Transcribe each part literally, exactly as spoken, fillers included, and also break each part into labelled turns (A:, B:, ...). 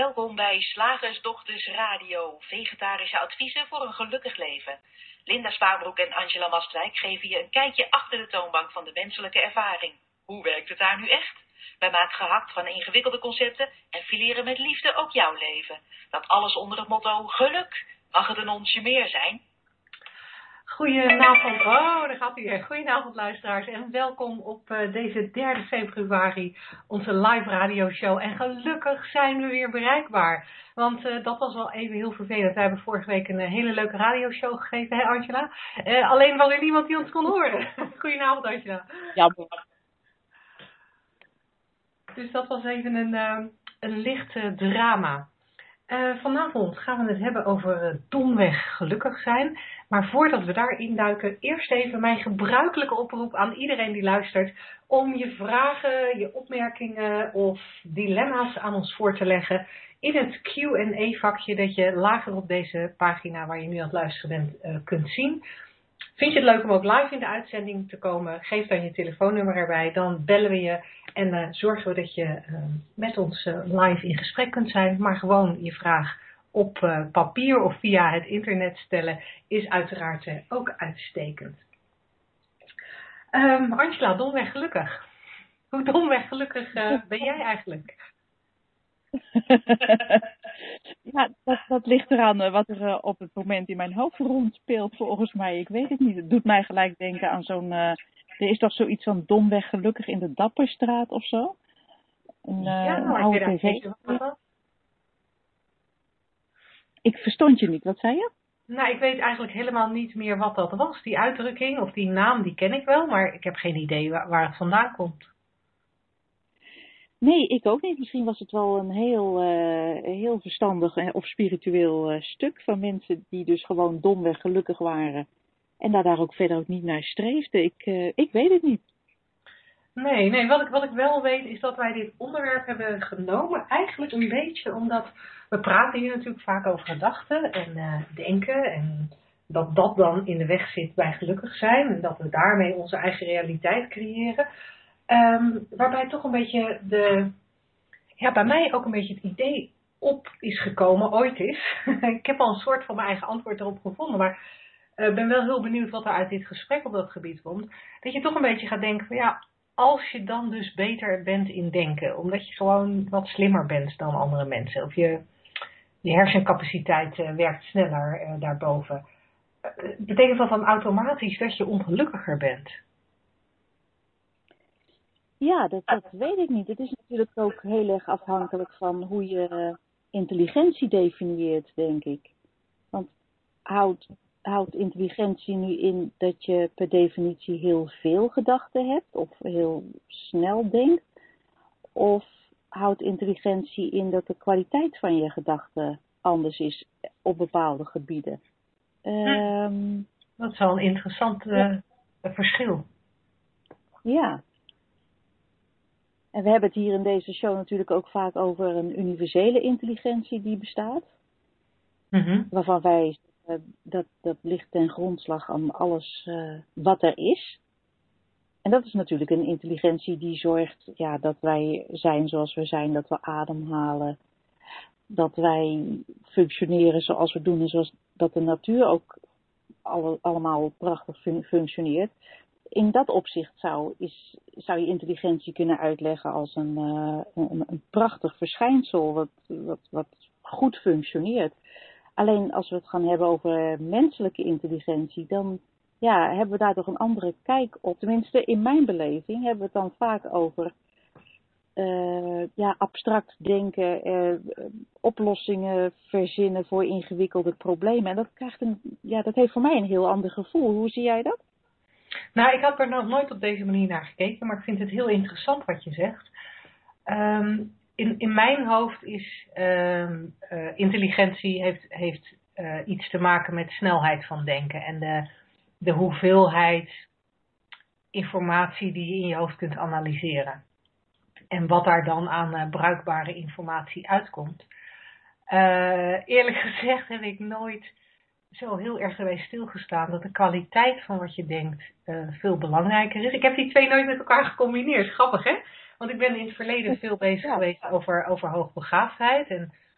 A: Welkom bij Slagersdochters Radio, vegetarische adviezen voor een gelukkig leven. Linda Spaanbroek en Angela Mastwijk geven je een kijkje achter de toonbank van de menselijke ervaring. Hoe werkt het daar nu echt? Wij maken gehakt van ingewikkelde concepten en fileren met liefde ook jouw leven. Dat alles onder het motto geluk. Mag het een onsje meer zijn?
B: Goedenavond, oh daar gaat u weer. Goedenavond luisteraars en welkom op uh, deze derde februari, onze live radioshow. En gelukkig zijn we weer bereikbaar, want uh, dat was wel even heel vervelend. We hebben vorige week een uh, hele leuke radioshow gegeven, hè Angela? Uh, alleen was er niemand die ons kon horen. Goedenavond Angela.
C: Ja.
B: Dus dat was even een, uh, een licht uh, drama. Uh, vanavond gaan we het hebben over uh, domweg gelukkig zijn. Maar voordat we daarin duiken, eerst even mijn gebruikelijke oproep aan iedereen die luistert om je vragen, je opmerkingen of dilemma's aan ons voor te leggen in het Q en A vakje dat je lager op deze pagina waar je nu aan het luisteren bent uh, kunt zien. Vind je het leuk om ook live in de uitzending te komen? Geef dan je telefoonnummer erbij, dan bellen we je en uh, zorgen we dat je uh, met ons uh, live in gesprek kunt zijn. Maar gewoon je vraag op uh, papier of via het internet stellen is uiteraard uh, ook uitstekend. Um, Angela, domweg gelukkig. Hoe domweg gelukkig uh, ben jij eigenlijk?
C: Ja, dat, dat ligt eraan uh, wat er uh, op het moment in mijn hoofd rondspeelt volgens mij. Ik weet het niet. Het doet mij gelijk denken aan zo'n... Uh, er is toch zoiets van domweg gelukkig in de Dapperstraat of zo? Een, uh,
B: ja, nou,
C: een oude tv. Ik verstond je niet. Wat zei je?
B: Nou, ik weet eigenlijk helemaal niet meer wat dat was. Die uitdrukking of die naam, die ken ik wel. Maar ik heb geen idee waar, waar het vandaan komt.
C: Nee, ik ook niet. Misschien was het wel een heel, uh, heel verstandig of spiritueel uh, stuk van mensen die dus gewoon domweg gelukkig waren. En daar, daar ook verder ook niet naar streefden. Ik, uh, ik weet het niet.
B: Nee, nee wat, ik, wat ik wel weet is dat wij dit onderwerp hebben genomen. Eigenlijk een beetje omdat we praten hier natuurlijk vaak over gedachten en uh, denken. En dat dat dan in de weg zit bij gelukkig zijn. En dat we daarmee onze eigen realiteit creëren. Um, waarbij toch een beetje de, ja, bij mij ook een beetje het idee op is gekomen, ooit is. Ik heb al een soort van mijn eigen antwoord erop gevonden, maar uh, ben wel heel benieuwd wat er uit dit gesprek op dat gebied komt. Dat je toch een beetje gaat denken van ja, als je dan dus beter bent in denken, omdat je gewoon wat slimmer bent dan andere mensen, of je, je hersencapaciteit uh, werkt sneller uh, daarboven, uh, betekent dat dan automatisch dat je ongelukkiger bent?
C: Ja, dat, dat weet ik niet. Het is natuurlijk ook heel erg afhankelijk van hoe je intelligentie definieert, denk ik. Want houdt, houdt intelligentie nu in dat je per definitie heel veel gedachten hebt of heel snel denkt? Of houdt intelligentie in dat de kwaliteit van je gedachten anders is op bepaalde gebieden?
B: Hm.
C: Um,
B: dat is wel een interessant uh, ja. verschil.
C: Ja. En we hebben het hier in deze show natuurlijk ook vaak over een universele intelligentie die bestaat.
B: Mm-hmm.
C: Waarvan wij, uh, dat, dat ligt ten grondslag aan alles uh, wat er is. En dat is natuurlijk een intelligentie die zorgt ja, dat wij zijn zoals we zijn, dat we ademhalen. Dat wij functioneren zoals we doen en zoals dat de natuur ook alle, allemaal prachtig fun- functioneert. In dat opzicht zou, is, zou je intelligentie kunnen uitleggen als een, uh, een, een prachtig verschijnsel wat, wat, wat goed functioneert. Alleen als we het gaan hebben over menselijke intelligentie, dan ja, hebben we daar toch een andere kijk op. Tenminste, in mijn beleving hebben we het dan vaak over uh, ja, abstract denken, uh, oplossingen verzinnen voor ingewikkelde problemen. En dat, krijgt een, ja, dat heeft voor mij een heel ander gevoel. Hoe zie jij dat?
B: Nou, ik had er nog nooit op deze manier naar gekeken, maar ik vind het heel interessant wat je zegt. Um, in, in mijn hoofd is um, uh, intelligentie heeft, heeft uh, iets te maken met snelheid van denken en de, de hoeveelheid informatie die je in je hoofd kunt analyseren. En wat daar dan aan uh, bruikbare informatie uitkomt. Uh, eerlijk gezegd heb ik nooit zo heel erg erbij stilgestaan dat de kwaliteit van wat je denkt uh, veel belangrijker is. Ik heb die twee nooit met elkaar gecombineerd. Grappig, hè? Want ik ben in het verleden veel bezig
C: ja.
B: geweest over, over hoogbegaafdheid. En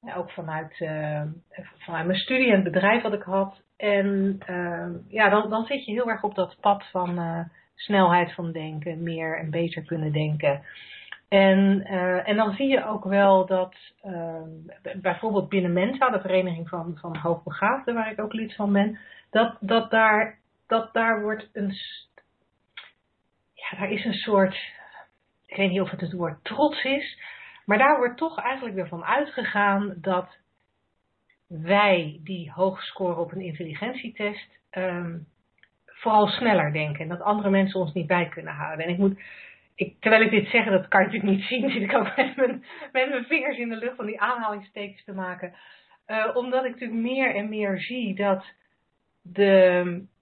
B: Ook vanuit, uh, vanuit mijn studie en het bedrijf wat ik had. En uh, ja, dan, dan zit je heel erg op dat pad van uh, snelheid van denken, meer en beter kunnen denken. En, uh, en dan zie je ook wel dat uh, bijvoorbeeld binnen Mensa, de vereniging van, van hoogbegaafden, waar ik ook lid van ben, dat, dat, daar, dat daar wordt een, ja, daar is een soort, ik weet niet of het het woord trots is, maar daar wordt toch eigenlijk weer van uitgegaan dat wij die hoog scoren op een intelligentietest um, vooral sneller denken. En dat andere mensen ons niet bij kunnen houden. En ik moet, ik, terwijl ik dit zeg, dat kan je natuurlijk niet zien, zit ik ook met mijn, met mijn vingers in de lucht om die aanhalingstekens te maken. Uh, omdat ik natuurlijk meer en meer zie dat de...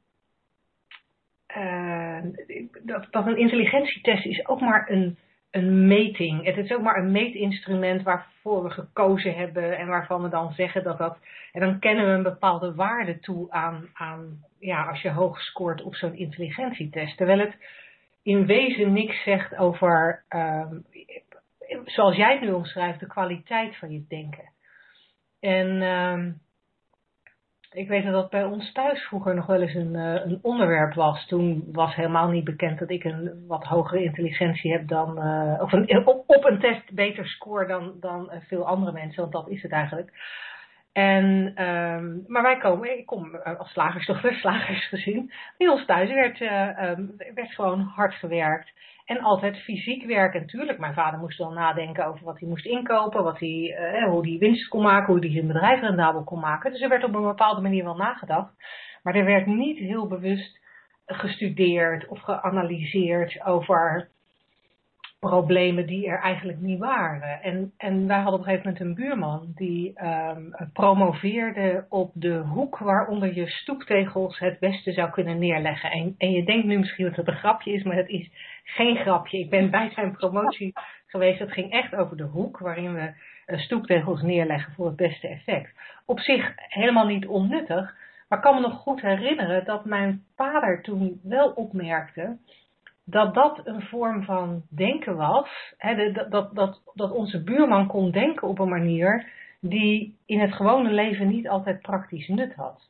B: Uh, dat, dat een intelligentietest is ook maar een... een meting. Het is ook maar een meetinstrument waarvoor we gekozen hebben en waarvan we dan zeggen dat dat... En dan kennen we een bepaalde waarde toe aan, aan ja, als je hoog scoort op zo'n intelligentietest. Terwijl het in wezen niks zegt over, um, zoals jij het nu omschrijft, de kwaliteit van je denken. En um, ik weet dat dat bij ons thuis vroeger nog wel eens een, uh, een onderwerp was. Toen was helemaal niet bekend dat ik een wat hogere intelligentie heb dan, uh, of een, op, op een test beter score dan, dan uh, veel andere mensen, want dat is het eigenlijk. En, um, maar wij komen, ik kom uh, als slagersdochter, slagersgezin. Bij ons thuis werd, uh, um, werd gewoon hard gewerkt. En altijd fysiek werken. En tuurlijk, mijn vader moest dan nadenken over wat hij moest inkopen, wat hij, uh, hoe hij winst kon maken, hoe hij zijn bedrijf rendabel kon maken. Dus er werd op een bepaalde manier wel nagedacht. Maar er werd niet heel bewust gestudeerd of geanalyseerd over problemen die er eigenlijk niet waren. En, en wij hadden op een gegeven moment een buurman die um, promoveerde op de hoek waaronder je stoeptegels het beste zou kunnen neerleggen. En, en je denkt nu misschien dat het een grapje is, maar het is geen grapje. Ik ben bij zijn promotie geweest. Het ging echt over de hoek waarin we uh, stoeptegels neerleggen voor het beste effect. Op zich helemaal niet onnuttig, maar ik kan me nog goed herinneren dat mijn vader toen wel opmerkte dat dat een vorm van denken was, hè, dat, dat, dat, dat onze buurman kon denken op een manier die in het gewone leven niet altijd praktisch nut had.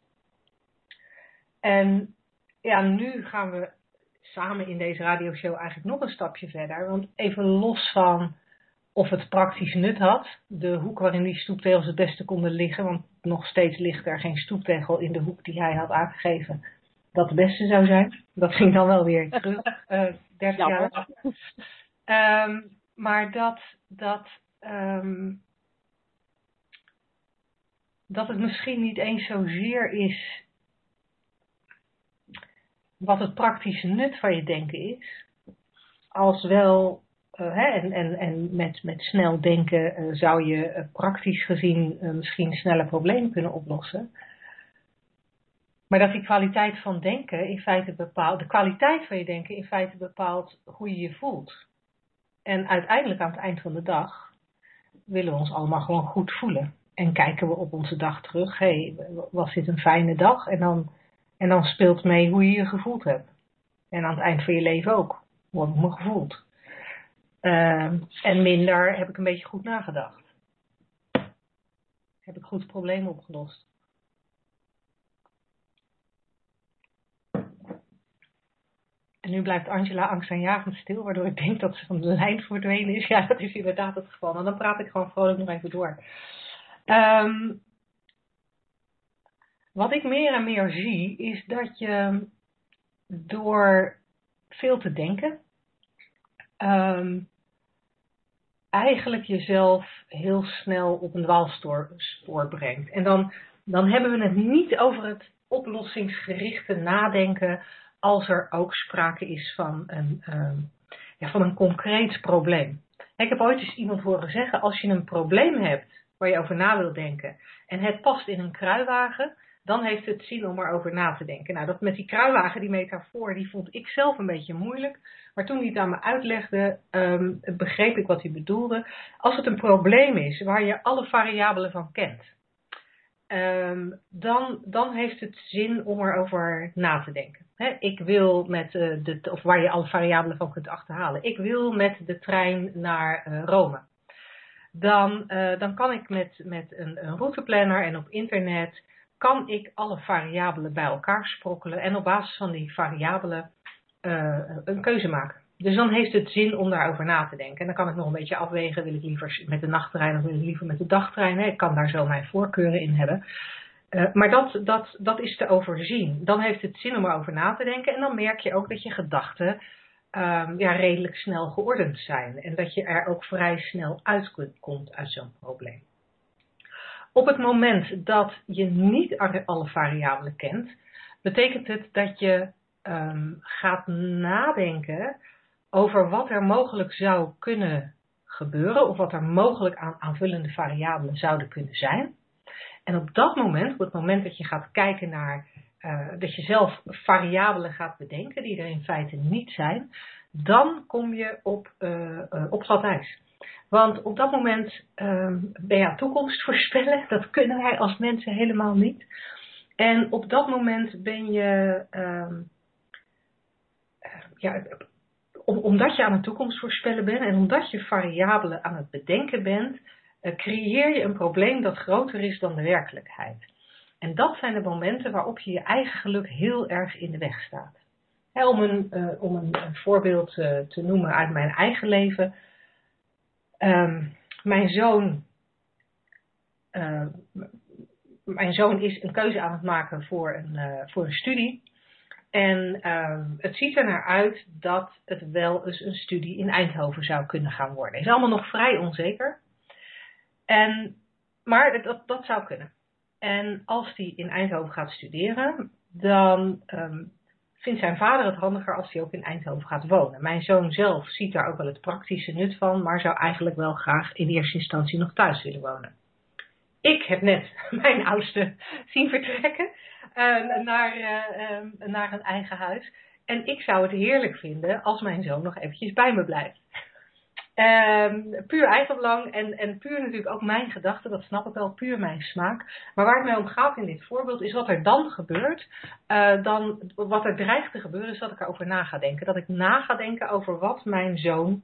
B: En ja, nu gaan we samen in deze radioshow eigenlijk nog een stapje verder, want even los van of het praktisch nut had, de hoek waarin die stoeptegels het beste konden liggen, want nog steeds ligt er geen stoeptegel in de hoek die hij had aangegeven dat het beste zou zijn. Dat ging dan wel weer terug, uh, dertig jaar lang. Um, maar dat, dat, um, dat het misschien niet eens zozeer is wat het praktische nut van je denken is, als wel, uh, hè, en, en, en met, met snel denken uh, zou je uh, praktisch gezien uh, misschien sneller problemen kunnen oplossen. Maar dat die kwaliteit van denken in feite bepaalt, de kwaliteit van je denken in feite bepaalt hoe je je voelt. En uiteindelijk aan het eind van de dag willen we ons allemaal gewoon goed voelen. En kijken we op onze dag terug, hé, hey, was dit een fijne dag? En dan, en dan speelt mee hoe je je gevoeld hebt. En aan het eind van je leven ook, hoe heb ik me gevoeld? Uh, en minder heb ik een beetje goed nagedacht. Heb ik goed problemen opgelost. En nu blijft Angela angstaanjagend stil, waardoor ik denk dat ze van de lijn verdwenen is. Ja, dat is inderdaad het geval. En dan praat ik gewoon vrolijk nog even door. Um, wat ik meer en meer zie, is dat je door veel te denken, um, eigenlijk jezelf heel snel op een dwaalspoor brengt. En dan, dan hebben we het niet over het oplossingsgerichte nadenken, als er ook sprake is van een, um, ja, van een concreet probleem. Ik heb ooit eens iemand horen zeggen, als je een probleem hebt waar je over na wilt denken en het past in een kruiwagen, dan heeft het zin om erover na te denken. Nou, dat met die kruiwagen, die metafoor, die vond ik zelf een beetje moeilijk. Maar toen hij het aan me uitlegde, um, begreep ik wat hij bedoelde. Als het een probleem is waar je alle variabelen van kent, Um, dan, dan heeft het zin om erover na te denken. He, ik wil met uh, de, of waar je alle variabelen van kunt achterhalen. Ik wil met de trein naar uh, Rome. dan, uh, dan kan ik met, met een, een routeplanner en op internet kan ik alle variabelen bij elkaar sprokkelen en op basis van die variabelen uh, een keuze maken. Dus dan heeft het zin om daarover na te denken. En dan kan ik nog een beetje afwegen, wil ik liever met de nachttrein of wil ik liever met de dagtrein. Ik kan daar zo mijn voorkeuren in hebben. Uh, maar dat, dat, dat is te overzien. Dan heeft het zin om erover na te denken en dan merk je ook dat je gedachten um, ja, redelijk snel geordend zijn. En dat je er ook vrij snel uitkomt uit zo'n probleem. Op het moment dat je niet alle variabelen kent, betekent het dat je um, gaat nadenken over wat er mogelijk zou kunnen gebeuren of wat er mogelijk aan aanvullende variabelen zouden kunnen zijn. En op dat moment, op het moment dat je gaat kijken naar, uh, dat je zelf variabelen gaat bedenken die er in feite niet zijn, dan kom je op, uh, uh, op glad ijs. Want op dat moment um, ben je aan toekomst voorspellen. Dat kunnen wij als mensen helemaal niet. En op dat moment ben je, um, uh, ja, om, omdat je aan het toekomst voorspellen bent en omdat je variabelen aan het bedenken bent, uh, creëer je een probleem dat groter is dan de werkelijkheid. En dat zijn de momenten waarop je je eigen geluk heel erg in de weg staat. He, om een, uh, om een, een voorbeeld uh, te noemen uit mijn eigen leven. Um, mijn zoon, uh, mijn zoon is een keuze aan het maken voor een, uh, voor een studie. En uh, het ziet er naar uit dat het wel eens een studie in Eindhoven zou kunnen gaan worden. Het is allemaal nog vrij onzeker. En, maar dat, dat zou kunnen. En als hij in Eindhoven gaat studeren, dan um, vindt zijn vader het handiger als hij ook in Eindhoven gaat wonen. Mijn zoon zelf ziet daar ook wel het praktische nut van, maar zou eigenlijk wel graag in eerste instantie nog thuis willen wonen. Ik heb net mijn oudste zien vertrekken uh, naar, uh, uh, naar een eigen huis. En ik zou het heerlijk vinden als mijn zoon nog eventjes bij me blijft. Um, puur eigenbelang en, en puur natuurlijk ook mijn gedachten, dat snap ik wel, puur mijn smaak. Maar waar het mij om gaat in dit voorbeeld is wat er dan gebeurt. Uh, dan, wat er dreigt te gebeuren is dat ik erover na ga denken. Dat ik na ga denken over wat mijn zoon,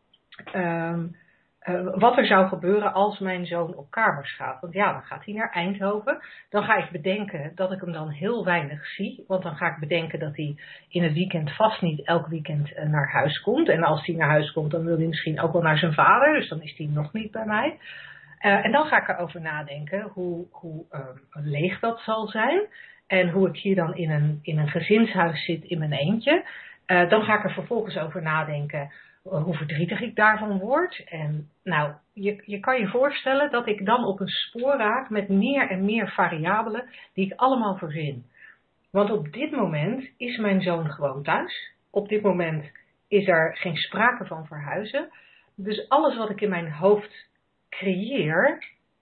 B: um, uh, wat er zou gebeuren als mijn zoon op kamers gaat. Want ja, dan gaat hij naar Eindhoven. Dan ga ik bedenken dat ik hem dan heel weinig zie. Want dan ga ik bedenken dat hij in het weekend vast niet elk weekend uh, naar huis komt. En als hij naar huis komt, dan wil hij misschien ook wel naar zijn vader. Dus dan is hij nog niet bij mij. Uh, en dan ga ik erover nadenken hoe, hoe uh, leeg dat zal zijn. En hoe ik hier dan in een, in een gezinshuis zit in mijn eentje. Uh, dan ga ik er vervolgens over nadenken hoe verdrietig ik daarvan word. En nou, je, je kan je voorstellen dat ik dan op een spoor raak met meer en meer variabelen die ik allemaal verzin. Want op dit moment is mijn zoon gewoon thuis. Op dit moment is er geen sprake van verhuizen. Dus alles wat ik in mijn hoofd creëer,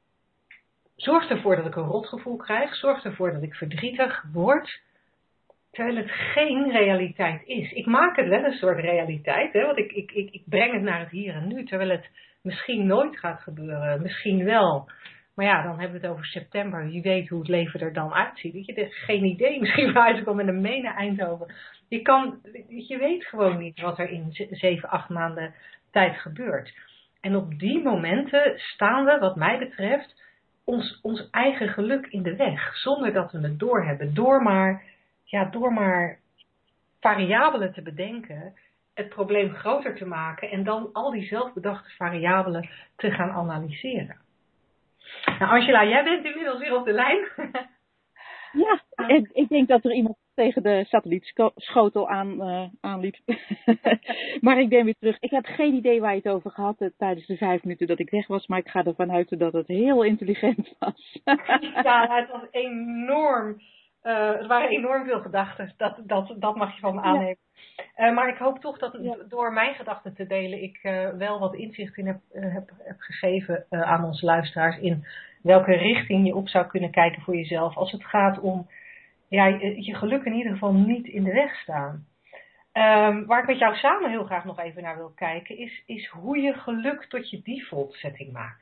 B: zorgt ervoor dat ik een rotgevoel krijg. Zorgt ervoor dat ik verdrietig word. Terwijl het geen realiteit is. Ik maak het wel een soort realiteit. Hè? Want ik, ik, ik, ik breng het naar het hier en nu. Terwijl het misschien nooit gaat gebeuren. Misschien wel. Maar ja, dan hebben we het over september. Wie weet hoe het leven er dan uitziet. Weet je, er is geen idee. Misschien waar ik kom met een mee naar Eindhoven. Je, kan, je weet gewoon niet wat er in zeven, acht maanden tijd gebeurt. En op die momenten staan we, wat mij betreft, ons, ons eigen geluk in de weg. Zonder dat we het doorhebben. Door maar... Ja, door maar variabelen te bedenken, het probleem groter te maken en dan al die zelfbedachte variabelen te gaan analyseren. Nou Angela, jij bent inmiddels weer op de lijn.
C: Ja, ik, ik denk dat er iemand tegen de satellietschotel aan, uh, aanliep. Maar ik ben weer terug. Ik heb geen idee waar je het over gehad hebt tijdens de vijf minuten dat ik weg was. Maar ik ga ervan uit dat het heel intelligent was.
B: Ja, het was enorm. Uh, er waren enorm veel gedachten. Dat, dat, dat mag je van me aannemen. Ja. Uh, maar ik hoop toch dat ja. door mijn gedachten te delen ik uh, wel wat inzicht in heb, uh, heb, heb gegeven uh, aan onze luisteraars in welke richting je op zou kunnen kijken voor jezelf als het gaat om ja, je, je geluk in ieder geval niet in de weg staan. Um, waar ik met jou samen heel graag nog even naar wil kijken is, is hoe je geluk tot je default setting maakt.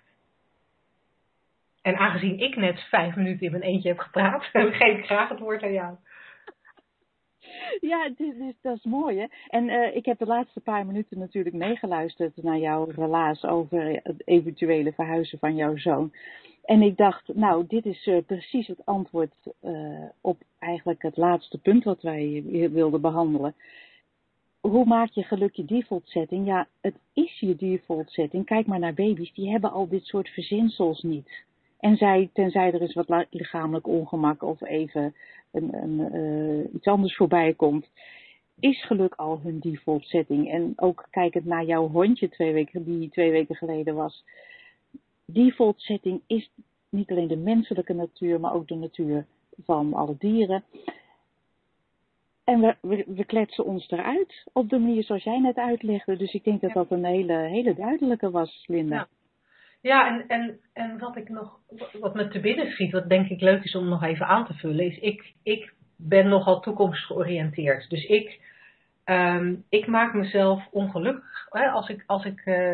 B: En aangezien ik net vijf minuten in mijn eentje heb gepraat, geef ik graag het woord aan jou.
C: Ja, dus, dus dat is mooi, hè. En uh, ik heb de laatste paar minuten natuurlijk meegeluisterd naar jouw relaas over het eventuele verhuizen van jouw zoon. En ik dacht, nou, dit is uh, precies het antwoord uh, op eigenlijk het laatste punt wat wij wilden behandelen. Hoe maak je geluk je default setting? Ja, het is je default setting. Kijk maar naar baby's, die hebben al dit soort verzinsels niet. En zij, tenzij er eens wat lichamelijk ongemak of even een, een, uh, iets anders voorbij komt, is geluk al hun default setting. En ook kijkend naar jouw hondje twee weken, die twee weken geleden was. Default setting is niet alleen de menselijke natuur, maar ook de natuur van alle dieren. En we, we, we kletsen ons eruit op de manier zoals jij net uitlegde. Dus ik denk dat dat een hele, hele duidelijke was, Linda.
B: Ja. Ja, en, en, en wat ik nog, wat me te binnen schiet, wat denk ik leuk is om nog even aan te vullen, is ik, ik ben nogal toekomstgeoriënteerd. Dus ik, um, ik maak mezelf ongelukkig. Hè? Als ik, als ik, uh,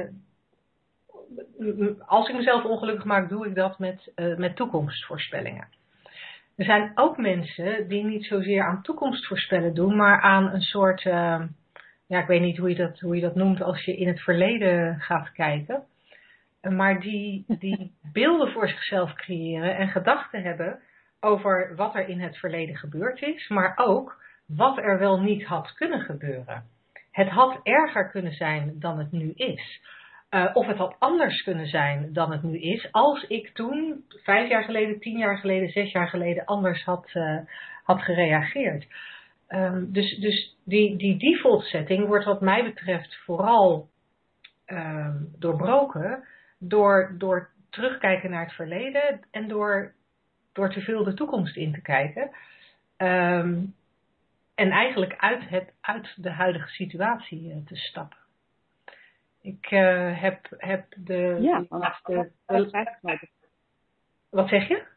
B: als ik mezelf ongelukkig maak, doe ik dat met, uh, met toekomstvoorspellingen. Er zijn ook mensen die niet zozeer aan toekomstvoorspellen doen, maar aan een soort, uh, ja, ik weet niet hoe je dat, hoe je dat noemt als je in het verleden gaat kijken. Maar die, die beelden voor zichzelf creëren en gedachten hebben over wat er in het verleden gebeurd is, maar ook wat er wel niet had kunnen gebeuren. Het had erger kunnen zijn dan het nu is. Uh, of het had anders kunnen zijn dan het nu is, als ik toen, vijf jaar geleden, tien jaar geleden, zes jaar geleden, anders had, uh, had gereageerd. Um, dus dus die, die default setting wordt wat mij betreft vooral um, doorbroken door, door terugkijken naar het verleden en door, door te veel de toekomst in te kijken. Um, en eigenlijk uit, het, uit de huidige situatie uh, te stappen. Ik uh, heb, heb de...
C: Ja,
B: de laatste, de, wat zeg je?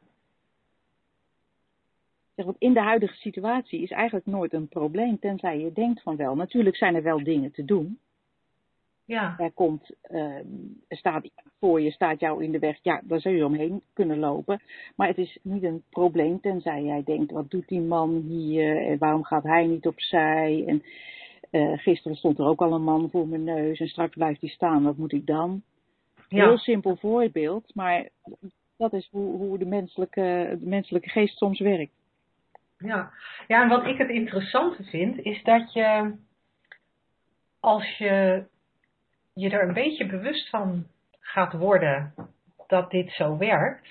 C: Zeg, want in de huidige situatie is eigenlijk nooit een probleem, tenzij je denkt van wel. Natuurlijk zijn er wel dingen te doen.
B: Ja.
C: Er komt, uh, er staat voor je, staat jou in de weg. Ja, daar zou je omheen kunnen lopen. Maar het is niet een probleem, tenzij jij denkt, wat doet die man hier? En waarom gaat hij niet opzij? En uh, gisteren stond er ook al een man voor mijn neus. En straks blijft hij staan, wat moet ik dan? Ja. Heel simpel voorbeeld, maar dat is hoe, hoe de, menselijke, de menselijke geest soms werkt.
B: Ja. Ja, en wat ik het interessante vind, is dat je, als je je er een beetje bewust van gaat worden dat dit zo werkt.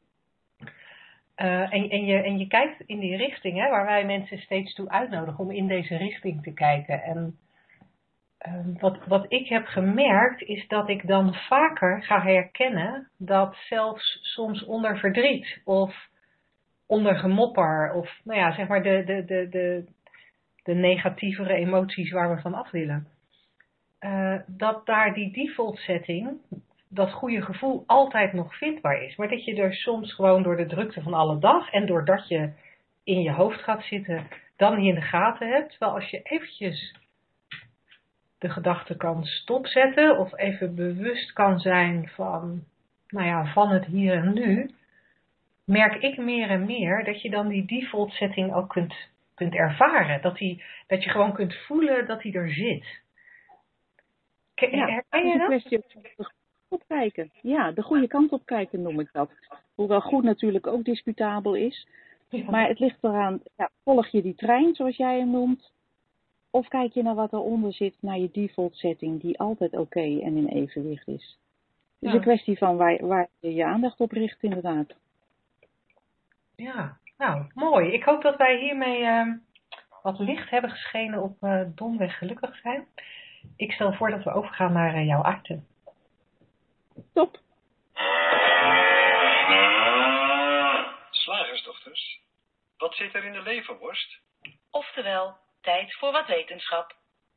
B: Uh, en, en, je, en je kijkt in die richting, hè, waar wij mensen steeds toe uitnodigen om in deze richting te kijken. En uh, wat, wat ik heb gemerkt is dat ik dan vaker ga herkennen dat zelfs soms onder verdriet of onder gemopper of nou ja, zeg maar de, de, de, de, de negatievere emoties waar we van af willen. Uh, dat daar die default setting, dat goede gevoel altijd nog vindbaar is. Maar dat je er soms gewoon door de drukte van alle dag en doordat je in je hoofd gaat zitten, dan niet in de gaten hebt. Terwijl als je eventjes de gedachte kan stopzetten of even bewust kan zijn van, nou ja, van het hier en nu, merk ik meer en meer dat je dan die default setting ook kunt, kunt ervaren. Dat, die, dat je gewoon kunt voelen dat die er zit.
C: Ja, herken je dat? Het is een kwestie van de goede kant op kijken. Ja, de goede kant op kijken noem ik dat. Hoewel goed natuurlijk ook discutabel is. Ja. Maar het ligt eraan, ja, volg je die trein zoals jij hem noemt? Of kijk je naar wat eronder zit, naar je default setting die altijd oké okay en in evenwicht is. Het is ja. een kwestie van waar, waar je je aandacht op richt inderdaad.
B: Ja, nou mooi. Ik hoop dat wij hiermee uh, wat licht hebben geschenen op uh, domweg gelukkig zijn. Ik stel voor dat we overgaan naar uh, jouw akte.
C: Top.
D: Slagersdochters, wat zit er in de leverworst?
A: Oftewel, tijd voor wat wetenschap.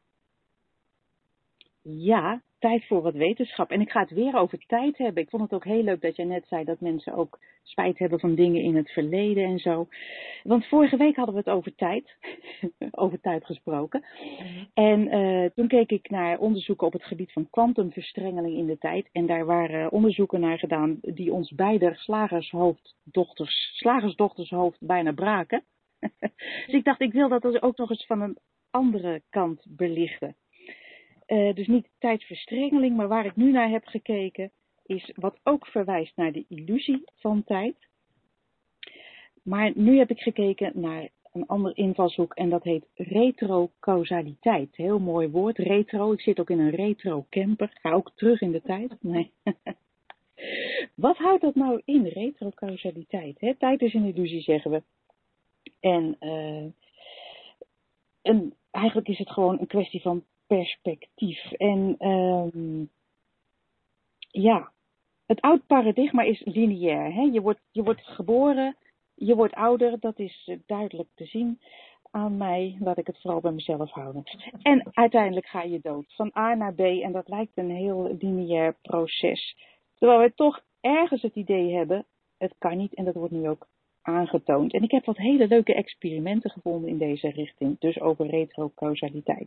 C: Ja, tijd voor wat wetenschap. En ik ga het weer over tijd hebben. Ik vond het ook heel leuk dat jij net zei dat mensen ook spijt hebben van dingen in het verleden en zo. Want vorige week hadden we het over tijd. over tijd gesproken. Mm-hmm. En uh, toen keek ik naar onderzoeken op het gebied van kwantumverstrengeling in de tijd. En daar waren onderzoeken naar gedaan die ons beide slagershoofddochters, slagersdochtershoofd bijna braken. Dus ik dacht, ik wil dat dus ook nog eens van een andere kant belichten. Uh, dus niet tijdsverstrengeling, maar waar ik nu naar heb gekeken is wat ook verwijst naar de illusie van tijd. Maar nu heb ik gekeken naar een ander invalshoek en dat heet retrocausaliteit. Heel mooi woord, retro. Ik zit ook in een retro camper. Ga ook terug in de tijd. Nee. Wat houdt dat nou in, retrocausaliteit? Hè? Tijd is een illusie, zeggen we. En, uh, en eigenlijk is het gewoon een kwestie van perspectief. En um, ja, het oud paradigma is lineair. Hè? Je wordt, je wordt geboren, je wordt ouder, dat is uh, duidelijk te zien aan mij. Laat ik het vooral bij mezelf houden. En uiteindelijk ga je dood, van A naar B. En dat lijkt een heel lineair proces. Terwijl we toch ergens het idee hebben, het kan niet en dat wordt nu ook aangetoond. En ik heb wat hele leuke experimenten gevonden in deze richting, dus over retrocausaliteit.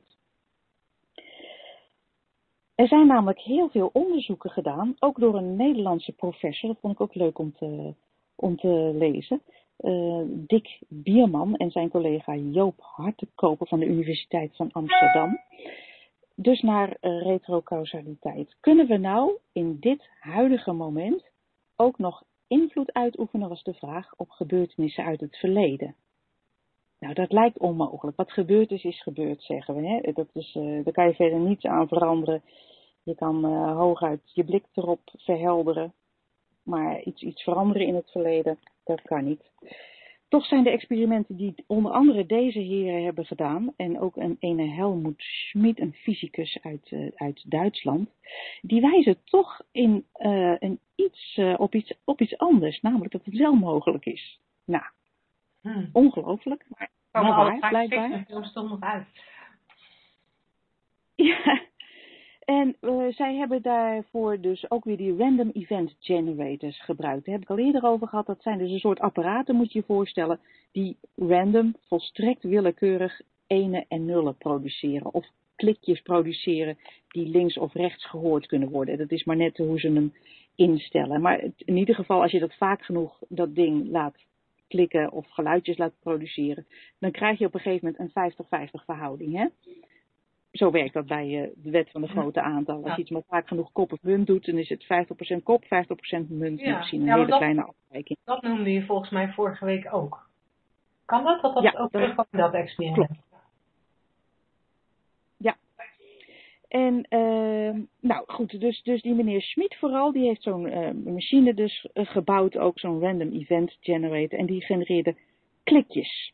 C: Er zijn namelijk heel veel onderzoeken gedaan, ook door een Nederlandse professor, dat vond ik ook leuk om te, om te lezen, uh, Dick Bierman en zijn collega Joop Hartekoper van de Universiteit van Amsterdam. Dus naar uh, retrocausaliteit. Kunnen we nou in dit huidige moment ook nog invloed uitoefenen, was de vraag, op gebeurtenissen uit het verleden? Nou, dat lijkt onmogelijk. Wat gebeurd is, is gebeurd, zeggen we. Hè? Dat is, uh, daar kan je verder niets aan veranderen. Je kan uh, hooguit je blik erop verhelderen. Maar iets, iets veranderen in het verleden, dat kan niet. Toch zijn de experimenten die onder andere deze heren hebben gedaan, en ook een ene Helmut Schmid, een fysicus uit, uh, uit Duitsland, die wijzen toch in, uh, een iets, uh, op, iets, op iets anders, namelijk dat het wel mogelijk is. Nou, hmm. ongelooflijk, maar wel waar, blijkbaar.
B: Dat stond nog uit.
C: Ja. En uh, zij hebben daarvoor dus ook weer die random event generators gebruikt. Daar heb ik al eerder over gehad. Dat zijn dus een soort apparaten, moet je je voorstellen, die random, volstrekt willekeurig enen en nullen produceren. Of klikjes produceren die links of rechts gehoord kunnen worden. Dat is maar net hoe ze hem instellen. Maar in ieder geval, als je dat vaak genoeg, dat ding laat klikken of geluidjes laat produceren, dan krijg je op een gegeven moment een vijftig vijftig verhouding, hè? Zo werkt dat bij uh, de wet van de grote aantallen. Als je iets maar vaak genoeg kop of munt doet, dan is het vijftig procent kop, vijftig procent munt. Ja. Misschien een ja, hele dat, kleine afwijking.
B: Dat noemde je volgens mij vorige week ook. Kan dat? Dat dat ja, ook terugkomt in dat experiment?
C: Klopt. Ja. En, uh, nou goed, dus, dus die meneer Schmid vooral, die heeft zo'n uh, machine dus uh, gebouwd, ook zo'n random event generator. En die genereerde klikjes.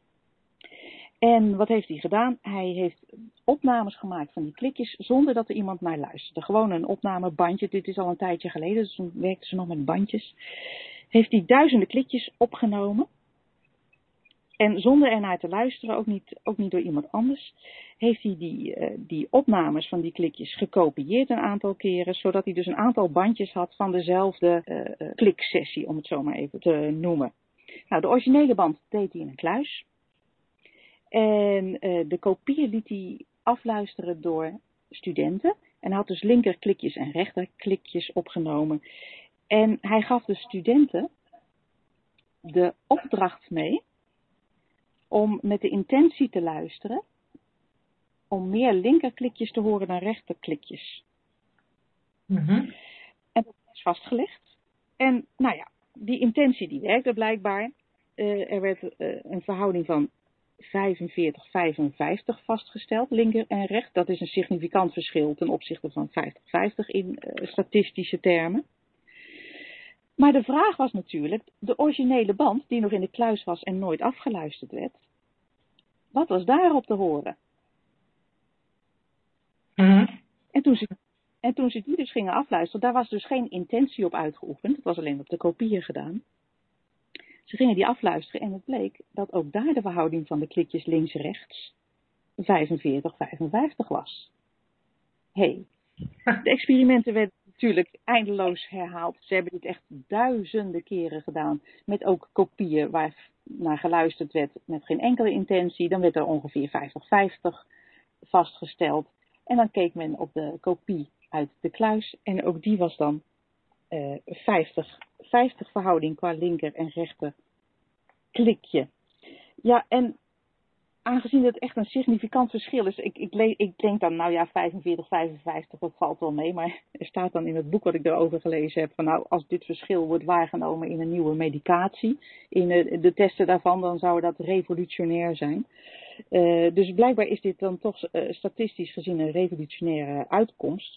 C: En wat heeft hij gedaan? Hij heeft opnames gemaakt van die klikjes zonder dat er iemand naar luisterde. Gewoon een opnamebandje. Dit is al een tijdje geleden, dus toen werkten ze nog met bandjes. Heeft hij duizenden klikjes opgenomen. En zonder ernaar te luisteren, ook niet, ook niet door iemand anders, heeft hij die, uh, die opnames van die klikjes gekopieerd een aantal keren. Zodat hij dus een aantal bandjes had van dezelfde uh, uh, kliksessie, om het zo maar even te noemen. Nou, de originele band deed hij in een kluis. En uh, de kopieën liet hij afluisteren door studenten. En hij had dus linkerklikjes en rechterklikjes opgenomen. En hij gaf de studenten de opdracht mee om met de intentie te luisteren, om meer linkerklikjes te horen dan rechterklikjes. Mm-hmm. En dat is vastgelegd. En nou ja, die intentie die werkte blijkbaar. Uh, er werd uh, een verhouding van vijfenveertig vijfenvijftig vastgesteld, linker en rechts. Dat is een significant verschil ten opzichte van vijftig vijftig in uh, statistische termen. Maar de vraag was natuurlijk, de originele band die nog in de kluis was en nooit afgeluisterd werd, wat was daarop te horen? Mm-hmm. En, toen ze, en toen ze die dus gingen afluisteren, daar was dus geen intentie op uitgeoefend, het was alleen op de kopieën gedaan. Ze gingen die afluisteren en het bleek dat ook daar de verhouding van de klikjes links-rechts vijfenveertig vijfenvijftig was. Hé, hey. De experimenten werden natuurlijk eindeloos herhaald. Ze hebben dit echt duizenden keren gedaan. Met ook kopieën waar naar geluisterd werd met geen enkele intentie. Dan werd er ongeveer vijftig vijftig vastgesteld. En dan keek men op de kopie uit de kluis. En ook die was dan uh, vijftig vijftig verhouding qua linker en rechter klikje. ja, en aangezien het echt een significant verschil is, ik, ik, le- ik denk dan, nou ja, vijfenveertig, vijfenvijftig, dat valt wel mee. Maar er staat dan in het boek wat ik erover gelezen heb, van nou, als dit verschil wordt waargenomen in een nieuwe medicatie, in de, de testen daarvan, dan zou dat revolutionair zijn. Uh, dus blijkbaar is dit dan toch uh, statistisch gezien een revolutionaire uitkomst.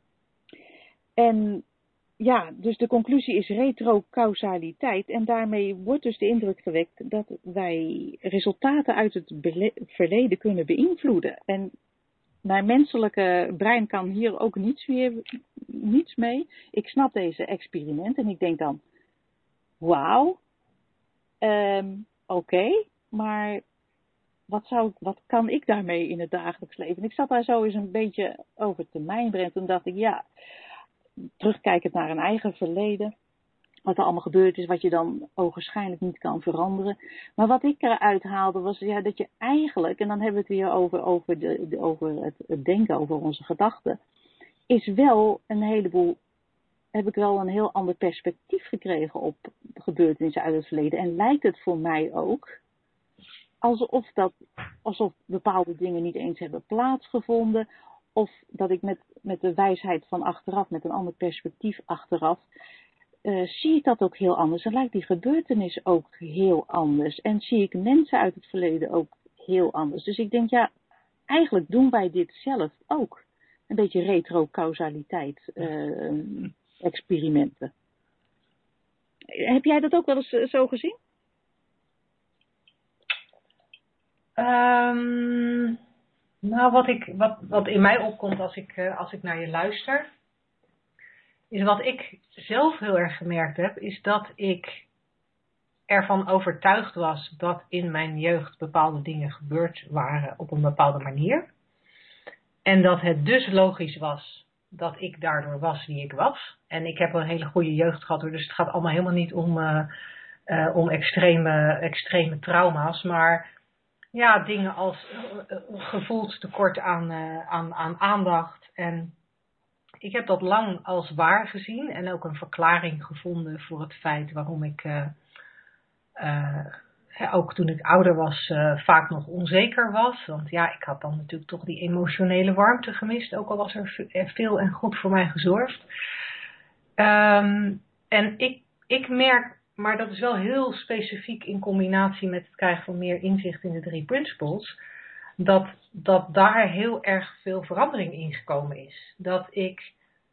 C: En ja, dus de conclusie is retrocausaliteit. En daarmee wordt dus de indruk gewekt dat wij resultaten uit het bele- verleden kunnen beïnvloeden. En mijn menselijke brein kan hier ook niets, meer, niets mee. Ik snap deze experimenten en ik denk dan, wauw, um, oké, okay, maar wat, zou, wat kan ik daarmee in het dagelijks leven? En ik zat daar zo eens een beetje over te mijmeren en toen dacht ik, ja, terugkijkend naar een eigen verleden, wat er allemaal gebeurd is, wat je dan ogenschijnlijk niet kan veranderen. Maar wat ik eruit haalde was ja, dat je eigenlijk, en dan hebben we het weer over, over, de, de, over het, het denken, over onze gedachten, is wel een heleboel, heb ik wel een heel ander perspectief gekregen op gebeurtenissen uit het verleden. En lijkt het voor mij ook alsof, dat, alsof bepaalde dingen niet eens hebben plaatsgevonden. Of dat ik met, met de wijsheid van achteraf, met een ander perspectief achteraf, uh, zie ik dat ook heel anders. En lijkt die gebeurtenis ook heel anders. En zie ik mensen uit het verleden ook heel anders. Dus ik denk, ja, eigenlijk doen wij dit zelf ook. Een beetje retrocausaliteit uh, experimenten. Heb jij dat ook wel eens uh, zo gezien?
B: Um... Nou, wat, ik, wat, wat in mij opkomt als ik, uh, als ik naar je luister, is wat ik zelf heel erg gemerkt heb, is dat ik ervan overtuigd was dat in mijn jeugd bepaalde dingen gebeurd waren op een bepaalde manier. En dat het dus logisch was dat ik daardoor was wie ik was. En ik heb een hele goede jeugd gehad, dus het gaat allemaal helemaal niet om, uh, uh, om extreme, extreme trauma's, maar ja, dingen als uh, gevoeld tekort aan, uh, aan, aan aandacht. En ik heb dat lang als waar gezien en ook een verklaring gevonden voor het feit waarom ik, uh, uh, ook toen ik ouder was, uh, vaak nog onzeker was. Want ja, ik had dan natuurlijk toch die emotionele warmte gemist, ook al was er veel en goed voor mij gezorgd. Um, en ik, ik merk, maar dat is wel heel specifiek in combinatie met het krijgen van meer inzicht in de drie principles, dat, dat daar heel erg veel verandering in gekomen is. Dat ik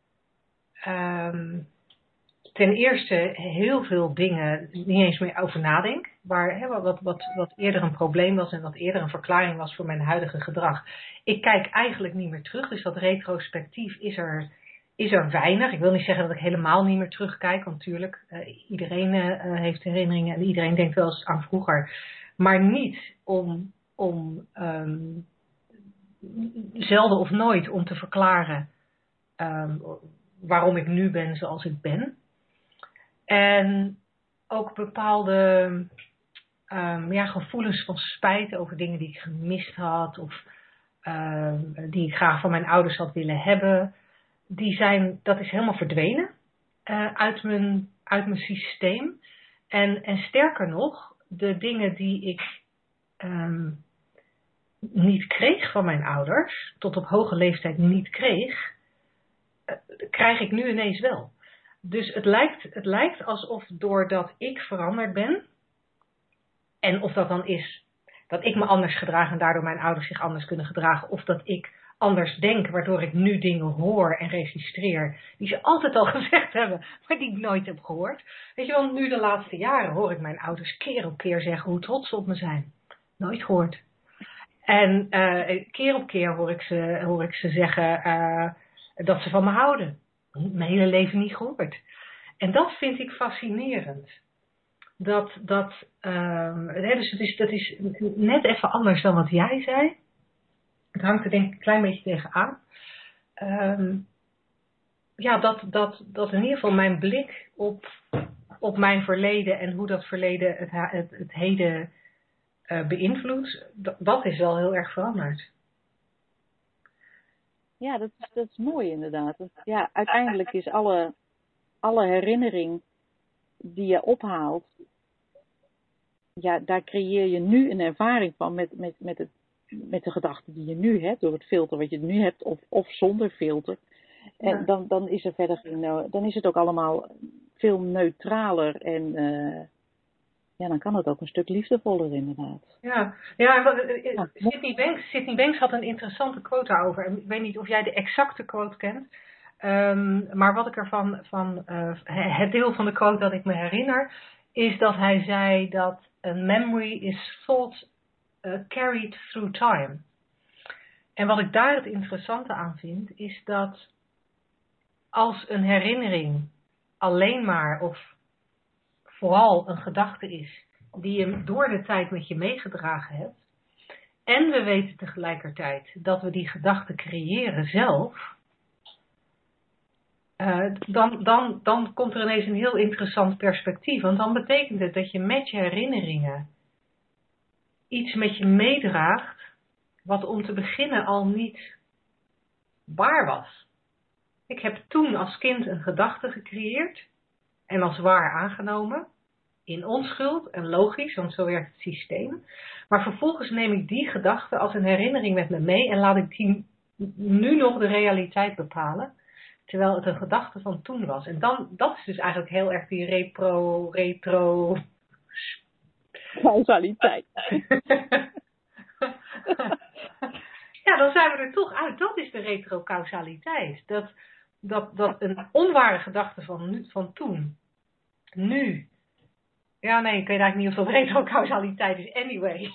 B: um, ten eerste heel veel dingen niet eens meer over nadenk, waar, hè, wat, wat, wat eerder een probleem was en wat eerder een verklaring was voor mijn huidige gedrag. Ik kijk eigenlijk niet meer terug, dus dat retrospectief is er... is er weinig. Ik wil niet zeggen dat ik helemaal niet meer terugkijk, want natuurlijk, uh, iedereen uh, heeft herinneringen en iedereen denkt wel eens aan vroeger. Maar niet om, om um, zelden of nooit om te verklaren um, waarom ik nu ben zoals ik ben. En ook bepaalde um, ja, gevoelens van spijt over dingen die ik gemist had of um, die ik graag van mijn ouders had willen hebben. Die zijn, dat is helemaal verdwenen uh, uit, mijn, uit mijn systeem. En, en sterker nog, de dingen die ik um, niet kreeg van mijn ouders, tot op hoge leeftijd niet kreeg, uh, krijg ik nu ineens wel. Dus het lijkt, het lijkt alsof doordat ik veranderd ben, en of dat dan is dat ik me anders gedraag en daardoor mijn ouders zich anders kunnen gedragen, of dat ik anders denk, waardoor ik nu dingen hoor en registreer die ze altijd al gezegd hebben, maar die ik nooit heb gehoord. Weet je wel, nu de laatste jaren hoor ik mijn ouders keer op keer zeggen hoe trots ze op me zijn. Nooit gehoord. En uh, keer op keer hoor ik ze, hoor ik ze zeggen uh, dat ze van me houden. Mijn hele leven niet gehoord. En dat vind ik fascinerend. Dat, dat, uh, dus het is, dat is net even anders dan wat jij zei. Het hangt er denk ik een klein beetje tegenaan. Um, ja, dat, dat, dat in ieder geval mijn blik op, op mijn verleden en hoe dat verleden het, het, het heden uh, beïnvloedt, dat, dat is wel heel erg veranderd.
C: Ja, dat, dat is mooi inderdaad. Ja, uiteindelijk is alle, alle herinnering die je ophaalt, ja, daar creëer je nu een ervaring van met, met, met, het, met de gedachten die je nu hebt, door het filter wat je nu hebt, of, of zonder filter. En
B: Ja.
C: dan, dan is er verder geen, dan is het ook allemaal veel neutraler en uh, ja, dan kan het ook een stuk liefdevoller inderdaad.
B: Ja, ja, en wat-
C: Ja.
B: Sydney Banks, Sydney Banks had een interessante quote daarover. En ik weet niet of jij de exacte quote kent. Um, maar wat ik ervan, van, uh, het deel van de quote dat ik me herinner, is dat hij zei dat a memory is thought uh, carried through time. En wat ik daar het interessante aan vind, is dat als een herinnering alleen maar of vooral een gedachte is die je door de tijd met je meegedragen hebt, en we weten tegelijkertijd dat we die gedachten creëren zelf, uh, dan, dan, dan komt er ineens een heel interessant perspectief. Want dan betekent het dat je met je herinneringen iets met je meedraagt wat om te beginnen al niet waar was. Ik heb toen als kind een gedachte gecreëerd en als waar aangenomen. In onschuld en logisch, want zo werkt het systeem. Maar vervolgens neem ik die gedachte als een herinnering met me mee en laat ik die nu nog de realiteit bepalen. Terwijl het een gedachte van toen was. En dan, dat is dus eigenlijk heel erg die repro, retro...
C: Causaliteit.
B: Ja, dan zijn we er toch uit. Dat is de retrocausaliteit. Dat, dat, dat een onware gedachte van, nu, van toen, nu... Ja, nee, ik weet eigenlijk niet of dat retrocausaliteit is. Anyway.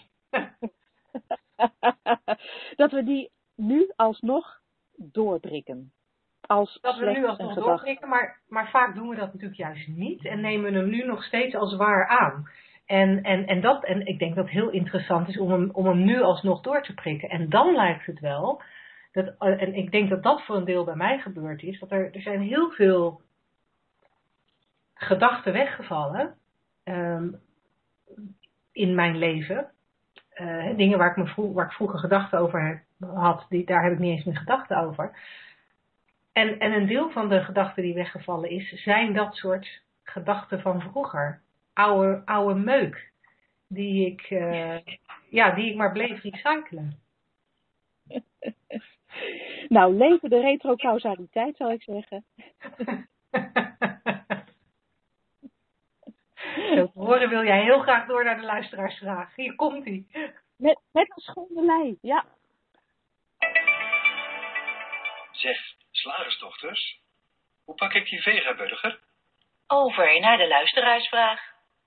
C: Dat we die nu alsnog doorprikken. Als
B: dat we nu alsnog doorprikken, maar, maar vaak doen we dat natuurlijk juist niet. En nemen we hem nu nog steeds als waar aan. En, en, en, dat, en ik denk dat het heel interessant is om hem, om hem nu alsnog door te prikken. En dan lijkt het wel, dat, en ik denk dat dat voor een deel bij mij gebeurd is, dat er, er zijn heel veel gedachten weggevallen. Um, in mijn leven. Uh, dingen waar ik, me vroeg, waar ik vroeger gedachten over had, die, daar heb ik niet eens meer gedachten over. En, en een deel van de gedachten die weggevallen is, zijn dat soort gedachten van vroeger. Oude, oude meuk. Die ik, uh, ja, die ik maar bleef recyclen.
C: Nou, leven de retrocausaliteit, zou ik zeggen.
B: Zo te horen wil jij heel graag door naar de luisteraarsvraag. Hier komt ie.
C: Met, met een schone lei, ja.
D: Zeg, slagersdochters, hoe pak ik die vegaburger?
A: Over naar de luisteraarsvraag.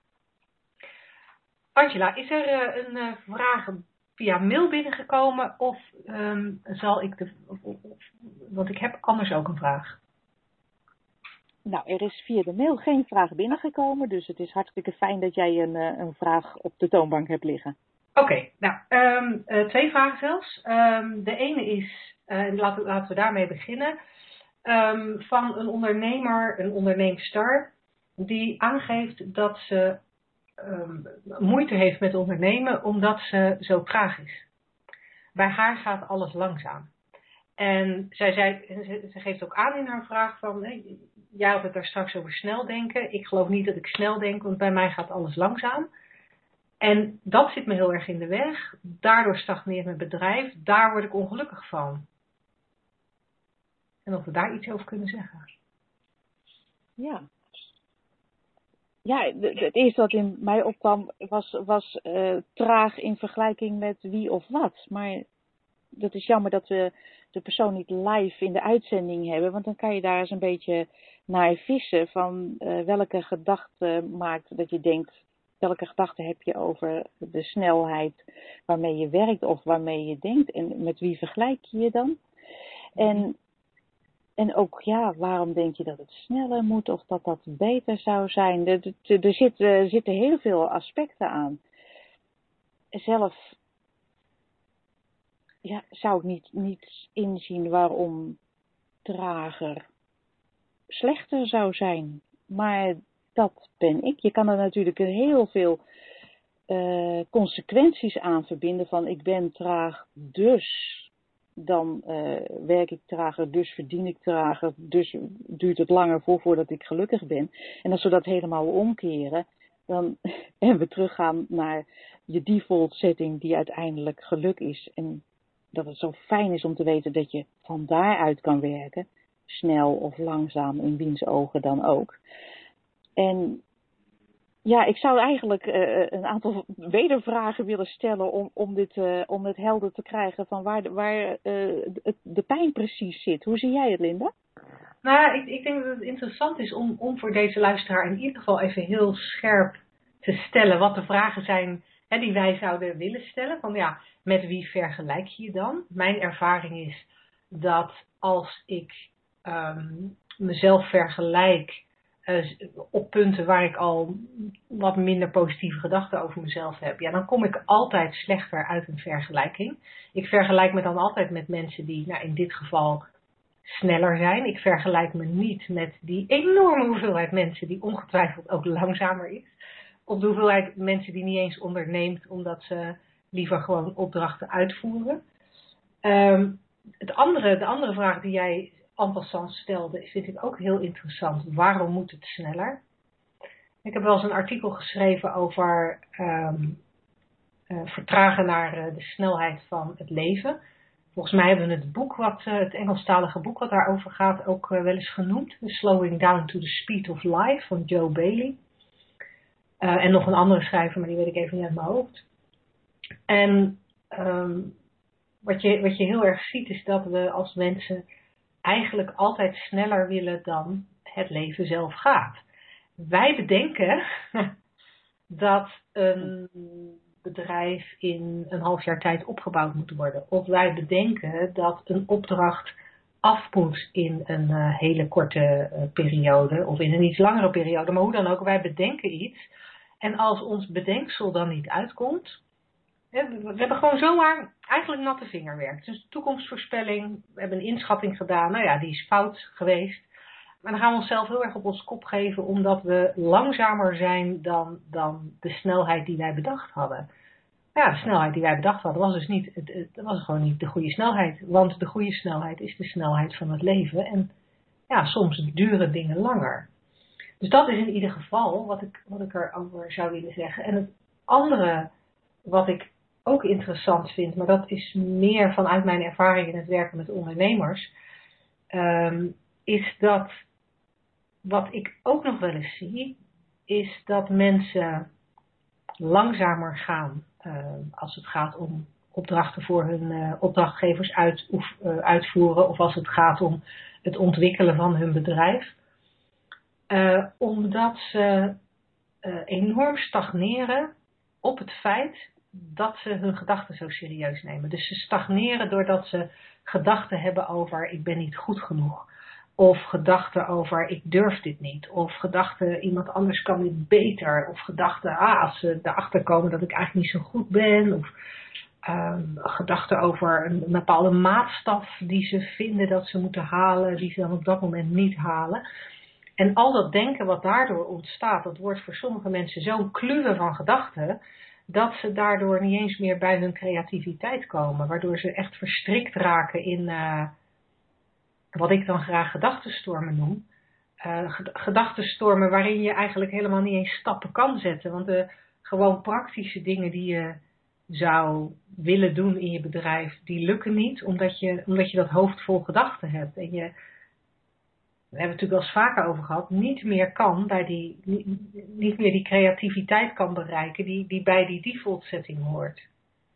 B: Angela, is er uh, een uh, vraag via mail binnengekomen of um, zal ik de... Of, of, want ik heb anders ook een vraag.
C: Nou, er is via de mail geen vraag binnengekomen, dus het is hartstikke fijn dat jij een, een vraag op de toonbank hebt liggen.
B: Oké, okay, nou, um, uh, twee vragen zelfs. Um, de ene is, uh, laten, laten we daarmee beginnen, um, van een ondernemer, een onderneemster, die aangeeft dat ze um, moeite heeft met ondernemen omdat ze zo traag is. Bij haar gaat alles langzaam. En zij zei, ze, ze geeft ook aan in haar vraag van, hey, jij had het daar straks over snel denken. Ik geloof niet dat ik snel denk, want bij mij gaat alles langzaam. En dat zit me heel erg in de weg. Daardoor stagneert mijn bedrijf. Daar word ik ongelukkig van. En of we daar iets over kunnen zeggen.
C: Ja. Ja, het eerste wat in mij opkwam was, was uh, traag in vergelijking met wie of wat. Maar dat is jammer dat we de persoon niet live in de uitzending hebben. Want dan kan je daar eens een beetje naar vissen van uh, welke gedachte maakt dat je denkt... Welke gedachten heb je over de snelheid waarmee je werkt of waarmee je denkt? En met wie vergelijk je je dan? En, en ook, ja, waarom denk je dat het sneller moet of dat dat beter zou zijn? Er, er, er, zit, er zitten heel veel aspecten aan. Zelf ja, zou ik niet, niet inzien waarom trager slechter zou zijn. Maar dat ben ik. Je kan er natuurlijk heel veel uh, consequenties aan verbinden van ik ben traag, dus dan uh, werk ik trager, dus verdien ik trager, dus duurt het langer voor voordat ik gelukkig ben. En als we dat helemaal omkeren, dan, en we teruggaan naar je default setting die uiteindelijk geluk is. En dat het zo fijn is om te weten dat je van daaruit kan werken. Snel of langzaam, in wiens ogen dan ook. En ja, ik zou eigenlijk uh, een aantal wedervragen willen stellen om, om, dit, uh, om het helder te krijgen van waar, de, waar uh, de, de pijn precies zit. Hoe zie jij het, Linda?
B: Nou, ik, ik denk dat het interessant is om, om voor deze luisteraar in ieder geval even heel scherp te stellen wat de vragen zijn hè, die wij zouden willen stellen. Van ja, met wie vergelijk je je dan? Mijn ervaring is dat als ik um, mezelf vergelijk uh, op punten waar ik al wat minder positieve gedachten over mezelf heb, ja, dan kom ik altijd slechter uit een vergelijking. Ik vergelijk me dan altijd met mensen die, nou in dit geval, sneller zijn. Ik vergelijk me niet met die enorme hoeveelheid mensen die ongetwijfeld ook langzamer is. Of de hoeveelheid mensen die niet eens onderneemt omdat ze liever gewoon opdrachten uitvoeren. Um, het andere, de andere vraag die jij en passant stelde, vind ik ook heel interessant. Waarom moet het sneller? Ik heb wel eens een artikel geschreven over um, uh, vertragen naar uh, de snelheid van het leven. Volgens mij hebben we het boek, wat, uh, het Engelstalige boek wat daarover gaat, ook uh, wel eens genoemd. Slowing Down to the Speed of Life van Joe Bailey. Uh, en nog een andere schrijver, maar die weet ik even niet uit mijn hoofd. En um, wat, je, wat je heel erg ziet is dat we als mensen eigenlijk altijd sneller willen dan het leven zelf gaat. Wij bedenken dat een bedrijf in een half jaar tijd opgebouwd moet worden. Of wij bedenken dat een opdracht af moet in een uh, hele korte uh, periode of in een iets langere periode. Maar hoe dan ook, wij bedenken iets. En als ons bedenksel dan niet uitkomt, hè, we hebben gewoon zomaar eigenlijk natte vingerwerk. Dus toekomstvoorspelling, we hebben een inschatting gedaan, nou ja, die is fout geweest. Maar dan gaan we onszelf heel erg op ons kop geven omdat we langzamer zijn dan, dan de snelheid die wij bedacht hadden. Ja, de snelheid die wij bedacht hadden was dus niet, het, het was gewoon niet de goede snelheid. Want de goede snelheid is de snelheid van het leven. En ja, soms duren dingen langer. Dus dat is in ieder geval wat ik, wat ik erover zou willen zeggen. En het andere wat ik ook interessant vind, maar dat is meer vanuit mijn ervaring in het werken met ondernemers, um, is dat wat ik ook nog wel eens zie, is dat mensen langzamer gaan uh, als het gaat om opdrachten voor hun uh, opdrachtgevers uit, oef, uh, uitvoeren of als het gaat om het ontwikkelen van hun bedrijf. Uh, omdat ze uh, enorm stagneren op het feit dat ze hun gedachten zo serieus nemen. Dus ze stagneren doordat ze gedachten hebben over ik ben niet goed genoeg. Of gedachten over ik durf dit niet. Of gedachten iemand anders kan dit beter. Of gedachten ah, als ze erachter komen dat ik eigenlijk niet zo goed ben. Of um, gedachten over een bepaalde maatstaf die ze vinden dat ze moeten halen. Die ze dan op dat moment niet halen. En al dat denken wat daardoor ontstaat, dat wordt voor sommige mensen zo'n kluwen van gedachten, dat ze daardoor niet eens meer bij hun creativiteit komen. Waardoor ze echt verstrikt raken in uh, wat ik dan graag gedachtenstormen noem. Uh, gedachtenstormen waarin je eigenlijk helemaal niet eens stappen kan zetten. Want de gewoon praktische dingen die je zou willen doen in je bedrijf, die lukken niet. Omdat je, omdat je dat hoofd vol gedachten hebt. En je, we hebben het natuurlijk wel eens vaker over gehad, niet meer kan bij die, niet, niet meer die creativiteit kan bereiken die, die bij die default setting hoort.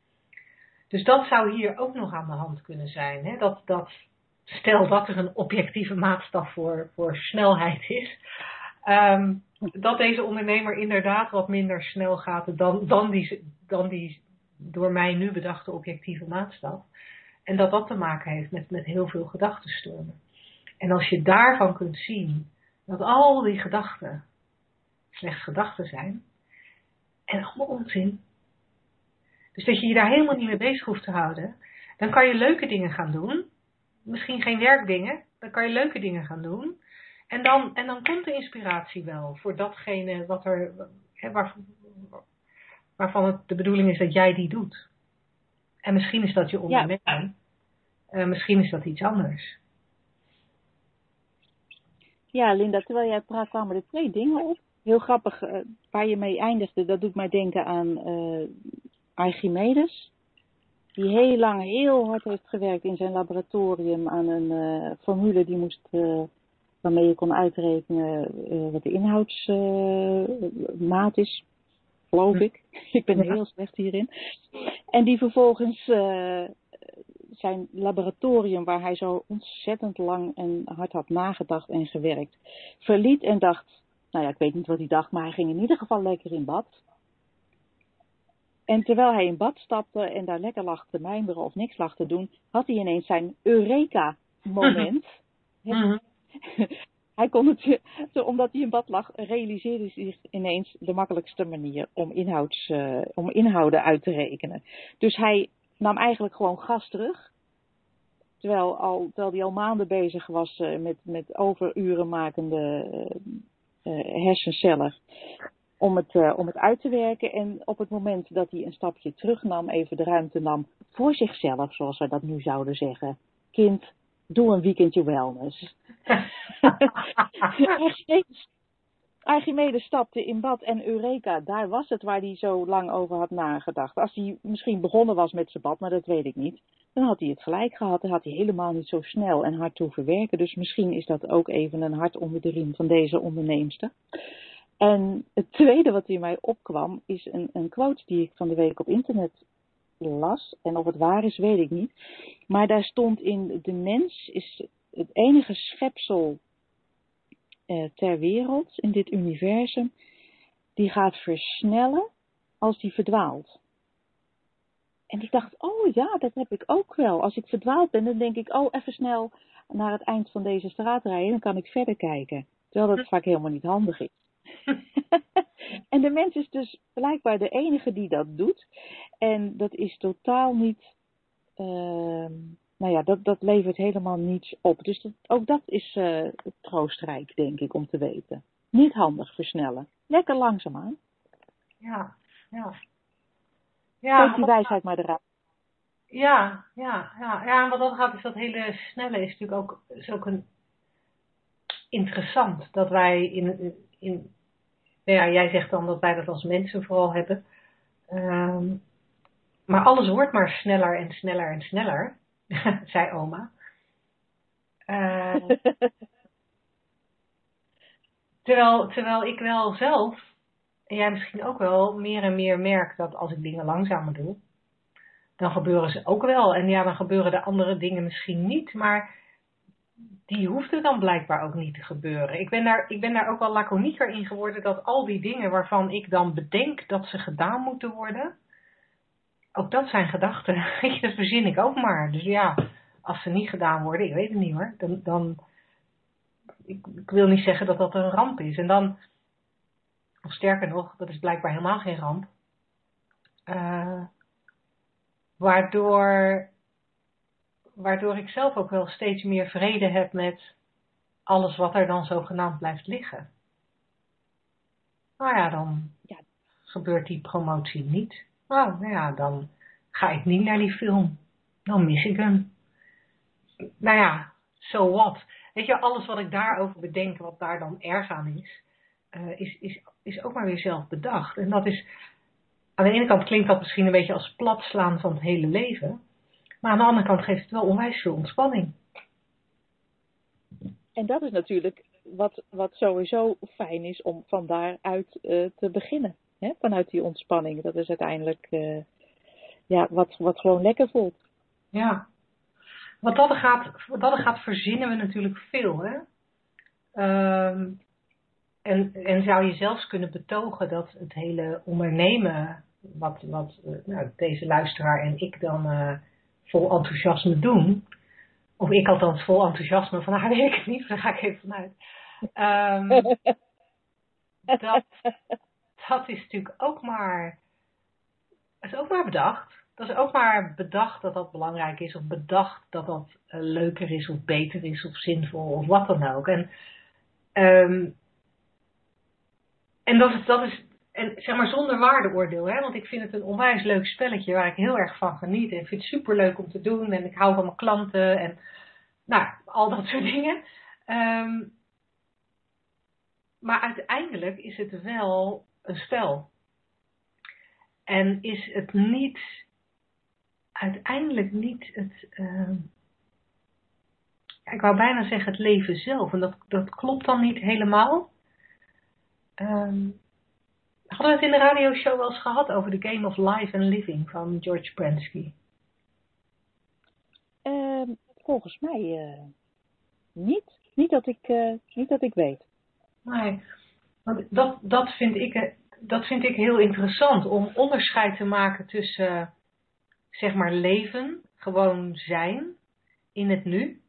B: Dus dat zou hier ook nog aan de hand kunnen zijn. Hè? Dat, dat, stel dat er een objectieve maatstaf voor, voor snelheid is, um, dat deze ondernemer inderdaad wat minder snel gaat dan, dan, die, dan die door mij nu bedachte objectieve maatstaf. En dat dat te maken heeft met, met heel veel gedachtenstormen. En als je daarvan kunt zien dat al die gedachten slechts gedachten zijn en allemaal onzin. Dus dat je je daar helemaal niet mee bezig hoeft te houden. Dan kan je leuke dingen gaan doen. Misschien geen werkdingen. Dan kan je leuke dingen gaan doen. En dan, en dan komt de inspiratie wel voor datgene wat er, hè, waar, waarvan het de bedoeling is dat jij die doet. En misschien is dat je onderneming. Ja. Uh, misschien is dat iets anders.
C: Ja, Linda, terwijl jij praat kwamen er twee dingen op heel grappig, uh, waar je mee eindigde, dat doet mij denken aan uh, Archimedes. Die heel lang heel hard heeft gewerkt in zijn laboratorium aan een uh, formule die moest, uh, waarmee je kon uitrekenen uh, wat de inhoudsmaat uh, is, geloof ik. Ik ben heel slecht hierin. En die vervolgens uh, zijn laboratorium, waar hij zo ontzettend lang en hard had nagedacht en gewerkt, verliet en dacht, nou ja, ik weet niet wat hij dacht, maar hij ging in ieder geval lekker in bad. En terwijl hij in bad stapte en daar lekker lag te mijmeren of niks lag te doen, had hij ineens zijn Eureka-moment.
B: Mm-hmm.
C: Hij kon het, omdat hij in bad lag, realiseerde hij zich ineens de makkelijkste manier om, inhouds, uh, om inhouden uit te rekenen. Dus hij nam eigenlijk gewoon gas terug. Terwijl, al, terwijl hij al maanden bezig was uh, met, met overuren makende uh, uh, hersencellen. Om het, uh, om het uit te werken. En op het moment dat hij een stapje terugnam, even de ruimte nam voor zichzelf, zoals we dat nu zouden zeggen. Kind, doe een weekendje wellness. Archimedes, Archimedes stapte in bad en Eureka, daar was het waar hij zo lang over had nagedacht. Als hij misschien begonnen was met zijn bad, maar dat weet ik niet, dan had hij het gelijk gehad. Dan had hij helemaal niet zo snel en hard toe verwerken. Dus misschien is dat ook even een hart onder de riem van deze onderneemster. En het tweede wat in mij opkwam is een, een quote die ik van de week op internet las. En of het waar is, weet ik niet. Maar daar stond in: de mens is het enige schepsel uh, ter wereld in dit universum die gaat versnellen als die verdwaalt. En ik dacht, oh ja, dat heb ik ook wel. Als ik verdwaald ben, dan denk ik, oh, even snel naar het eind van deze straat rijden, dan kan ik verder kijken. Terwijl dat vaak helemaal niet handig is. En de mens is dus blijkbaar de enige die dat doet. En dat is totaal niet, uh, nou ja, dat, dat levert helemaal niets op. Dus dat, ook dat is uh, troostrijk, denk ik, om te weten. Niet handig versnellen. Lekker langzaamaan.
B: Ja, ja.
C: Ja, Geef die wijsheid maar eruit.
B: Ja, ja, ja. Ja, en wat dat gaat is dat hele snelle is natuurlijk ook, is ook een interessant. Dat wij in, in nou ja, jij zegt dan dat wij dat als mensen vooral hebben. Um, maar alles wordt maar sneller en sneller en sneller, zei oma. Uh, terwijl, terwijl ik wel zelf, en jij misschien ook wel, meer en meer merk dat als ik dingen langzamer doe, dan gebeuren ze ook wel. En ja, dan gebeuren de andere dingen misschien niet, maar die hoefden dan blijkbaar ook niet te gebeuren. Ik ben daar, ik ben daar ook wel laconieker in geworden dat al die dingen waarvan ik dan bedenk dat ze gedaan moeten worden, ook dat zijn gedachten. Dat verzin ik ook maar. Dus ja, als ze niet gedaan worden, ik weet het niet hoor, dan, dan ik, ik wil niet zeggen dat dat een ramp is. En dan, of sterker nog, dat is blijkbaar helemaal geen ramp. Uh, waardoor... Waardoor ik zelf ook wel steeds meer vrede heb met alles wat er dan zogenaamd blijft liggen. Nou ja, dan ja, gebeurt die promotie niet. Nou, nou ja, dan ga ik niet naar die film. Dan mis ik hem. Nou ja, so what? Weet je, alles wat ik daarover bedenk, wat daar dan erg aan is, uh, is, is, is ook maar weer zelf bedacht. En dat is, aan de ene kant klinkt dat misschien een beetje als platslaan van het hele leven. Maar aan de andere kant geeft het wel onwijs veel ontspanning.
C: En dat is natuurlijk wat, wat sowieso fijn is om van daaruit uh, te beginnen. Hè? Vanuit die ontspanning. Dat is uiteindelijk uh, ja, wat, wat gewoon lekker voelt.
B: Ja. Wat dat er gaat, wat dat er gaat verzinnen we natuurlijk veel. Hè? Um, en, en zou je zelfs kunnen betogen dat het hele ondernemen, wat, wat uh, nou, deze luisteraar en ik dan Uh, vol enthousiasme doen. Of ik althans vol enthousiasme, van haar weet ik het niet, daar ga ik even vanuit. Um, dat, dat is natuurlijk ook maar, dat is ook maar bedacht. Dat is ook maar bedacht dat dat belangrijk is, of bedacht dat dat uh, leuker is, of beter is, of zinvol, of wat dan ook. En, um, en dat is, dat is En zeg maar zonder waardeoordeel, hè? Want ik vind het een onwijs leuk spelletje waar ik heel erg van geniet. En ik vind het super leuk om te doen. En ik hou van mijn klanten. En nou, al dat soort dingen. Um, maar uiteindelijk is het wel een spel. En is het niet, uiteindelijk niet het, uh, ik wou bijna zeggen het leven zelf. En dat, dat klopt dan niet helemaal. Um, hadden we het in de radioshow wel eens gehad over The Game of Life and Living van George Prensky?
C: Uh, volgens mij uh, niet. Niet dat ik, uh, niet dat ik weet.
B: Nee, want dat, dat, vind ik, dat vind ik heel interessant. Om onderscheid te maken tussen, uh, zeg maar, leven, gewoon zijn, in het nu.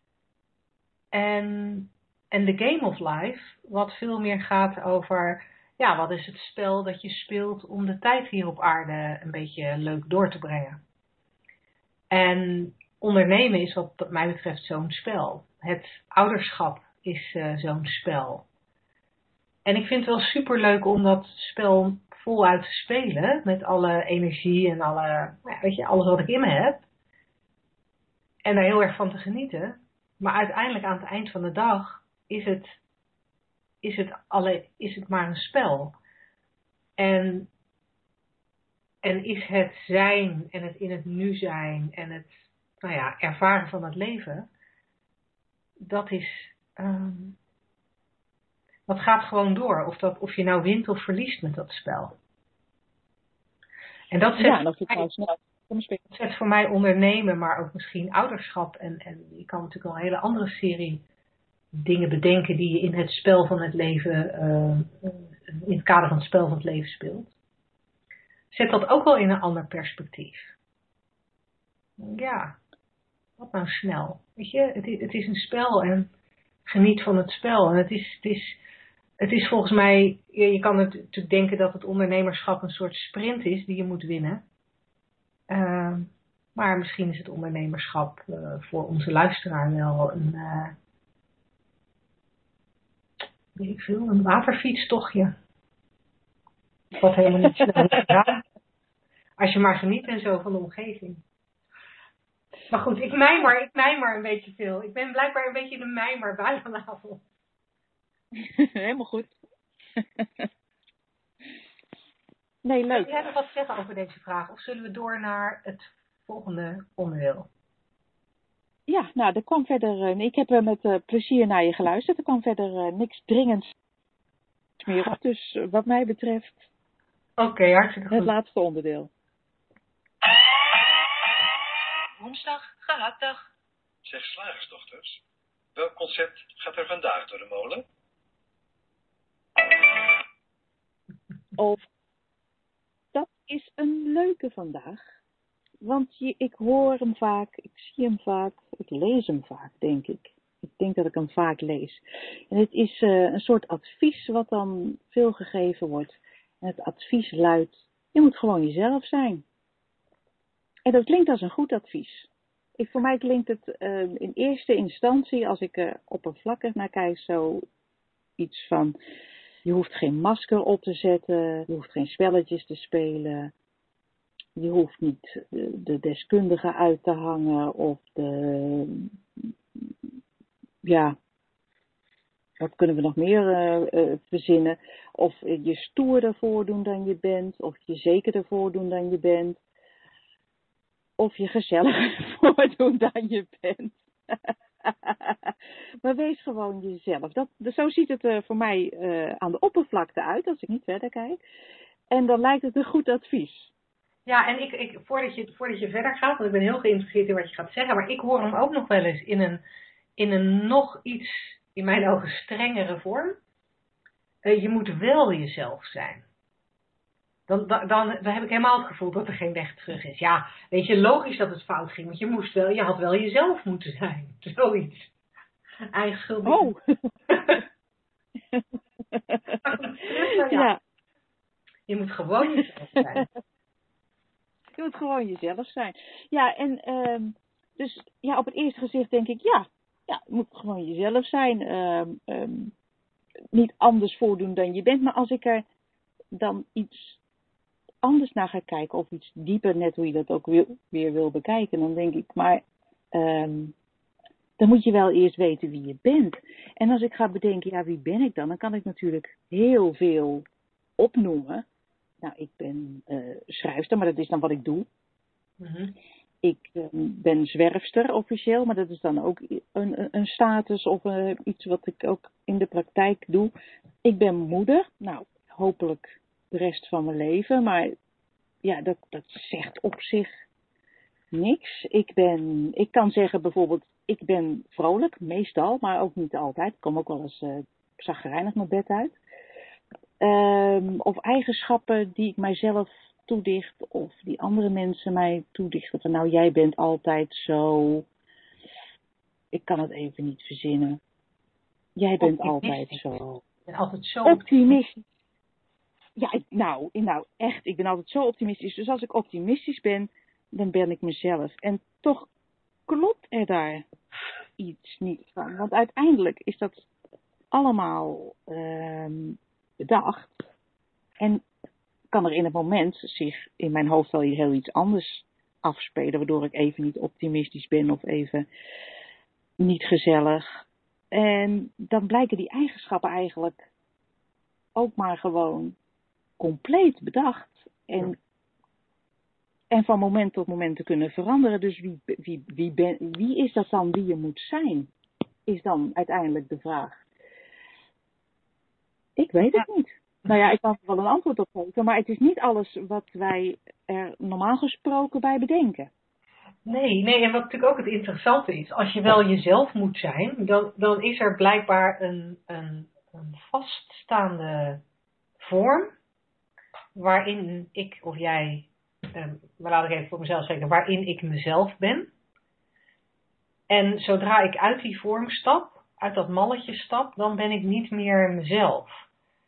B: En, en The Game of Life, wat veel meer gaat over, ja, wat is het spel dat je speelt om de tijd hier op aarde een beetje leuk door te brengen. En ondernemen is wat mij betreft zo'n spel. Het ouderschap is uh, zo'n spel. En ik vind het wel superleuk om dat spel voluit te spelen, met alle energie en alle, ja, weet je, alles wat ik in me heb. En daar heel erg van te genieten. Maar uiteindelijk aan het eind van de dag is het, is het, alle, is het maar een spel. En, en is het zijn en het in het nu zijn en het, nou ja, ervaren van het leven, dat is, um, dat gaat gewoon door. Of, dat, of je nou wint of verliest met dat spel. En dat zet,
C: ja, dat
B: voor, mij,
C: snel.
B: dat zet voor mij ondernemen, maar ook misschien ouderschap. En, en je kan natuurlijk al een hele andere serie dingen bedenken die je in het spel van het leven, uh, in het kader van het spel van het leven speelt. Zet dat ook wel in een ander perspectief. Ja, wat nou snel. Weet je, het is, het is een spel en geniet van het spel. En het is, het is, het is volgens mij, je kan natuurlijk denken dat het ondernemerschap een soort sprint is die je moet winnen. Uh, maar misschien is het ondernemerschap uh, voor onze luisteraar wel een, uh, weet ik veel, een waterfietstochtje. Wat helemaal niet snel is gedaan. Als je maar geniet en zo van de omgeving. Maar goed, ik mijmer, ik mijmer een beetje veel. Ik ben blijkbaar een beetje de mijmerbui vanavond.
C: Helemaal goed. Nee, leuk.
B: Wil jij nog wat zeggen over deze vraag? Of zullen we door naar het volgende onderdeel?
C: Ja, nou, er kwam verder... Uh, ik heb uh, met uh, plezier naar je geluisterd. Er kwam verder uh, niks dringends meer op. Dus uh, wat mij betreft...
B: Oké, okay, hartstikke goed.
C: Het laatste onderdeel.
A: Woensdag, gehaktdag.
D: Zeg slagersdochters, welk concept gaat er vandaag door de molen?
C: Oh, dat is een leuke vandaag. Want je, ik hoor hem vaak, ik zie hem vaak, ik lees hem vaak, denk ik. Ik denk dat ik hem vaak lees. En het is uh, een soort advies wat dan veel gegeven wordt. En het advies luidt, je moet gewoon jezelf zijn. En dat klinkt als een goed advies. Ik, voor mij klinkt het uh, in eerste instantie, als ik er oppervlakkig naar kijk, zo iets van... Je hoeft geen masker op te zetten, je hoeft geen spelletjes te spelen. Je hoeft niet de, de deskundige uit te hangen of de... Ja, wat kunnen we nog meer uh, uh, verzinnen? Of je stoerder voordoen dan je bent, of je zekerder voordoen dan je bent. Of je gezelliger voordoen dan je bent. Maar wees gewoon jezelf. Dat, zo ziet het er voor mij uh, aan de oppervlakte uit, als ik niet verder kijk. En dan lijkt het een goed advies.
B: Ja, en ik, ik, voordat, je, voordat je verder gaat, want ik ben heel geïnteresseerd in wat je gaat zeggen, maar ik hoor hem ook nog wel eens in een, in een nog iets, in mijn ogen, strengere vorm. Uh, je moet wel jezelf zijn. Dan, dan, dan, dan heb ik helemaal het gevoel dat er geen weg terug is. Ja, weet je, logisch dat het fout ging, want je, moest wel, je had wel jezelf moeten zijn. Zoiets. Eigen schuld.
C: Oh.
B: ja.
C: ja.
B: Je moet gewoon jezelf zijn.
C: Je moet gewoon jezelf zijn. Ja, en um, dus ja, op het eerste gezicht denk ik, ja, ja, je moet gewoon jezelf zijn. Um, um, niet anders voordoen dan je bent. Maar als ik er dan iets anders naar ga kijken, of iets dieper, net hoe je dat ook wil, weer wil bekijken, dan denk ik, maar um, dan moet je wel eerst weten wie je bent. En als ik ga bedenken, ja, wie ben ik dan? Dan kan ik natuurlijk heel veel opnoemen. Nou, ik ben uh, schrijfster, maar dat is dan wat ik doe.
B: Mm-hmm.
C: Ik uh, ben zwerfster officieel, maar dat is dan ook een, een status of uh, iets wat ik ook in de praktijk doe. Ik ben moeder, nou, hopelijk de rest van mijn leven, maar ja, dat, dat zegt op zich niks. Ik ben, ik kan zeggen bijvoorbeeld, ik ben vrolijk, meestal, maar ook niet altijd. Ik kom ook wel eens uh, chagrijnig mijn bed uit. Um, of eigenschappen die ik mijzelf toedicht of die andere mensen mij toedichten. Van nou, jij bent altijd zo... Ik kan het even niet verzinnen. Jij bent altijd zo...
B: En altijd zo...
C: Optimistisch. Ja, ik, nou, nou, echt, ik ben altijd zo optimistisch. Dus als ik optimistisch ben, dan ben ik mezelf. En toch klopt er daar iets niet van. Want uiteindelijk is dat allemaal um, bedacht. En kan er in het moment zich in mijn hoofd wel heel iets anders afspelen, waardoor ik even niet optimistisch ben of even niet gezellig. En dan blijken die eigenschappen eigenlijk ook maar gewoon compleet bedacht. En, ja. en van moment tot moment te kunnen veranderen. Dus wie, wie, wie, ben, wie is dat dan wie je moet zijn? Is dan uiteindelijk de vraag. Ik weet het niet. Nou ja, ik kan er wel een antwoord op geven, maar het is niet alles wat wij er normaal gesproken bij bedenken.
B: Nee, nee, en wat natuurlijk ook het interessante is, als je wel jezelf moet zijn, dan, dan is er blijkbaar een, een, een vaststaande vorm waarin ik of jij, eh, maar laat ik even voor mezelf zeggen, waarin ik mezelf ben. En zodra ik uit die vorm stap, uit dat malletje stap, dan ben ik niet meer mezelf.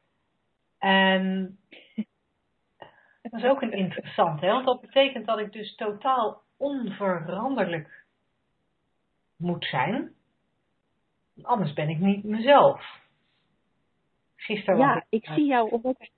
B: En dat is ook een interessant, hè? Want dat betekent dat ik dus totaal onveranderlijk moet zijn. Anders ben ik niet mezelf. Gisteren
C: ja,
B: was
C: ik, ik zie jou, omdat,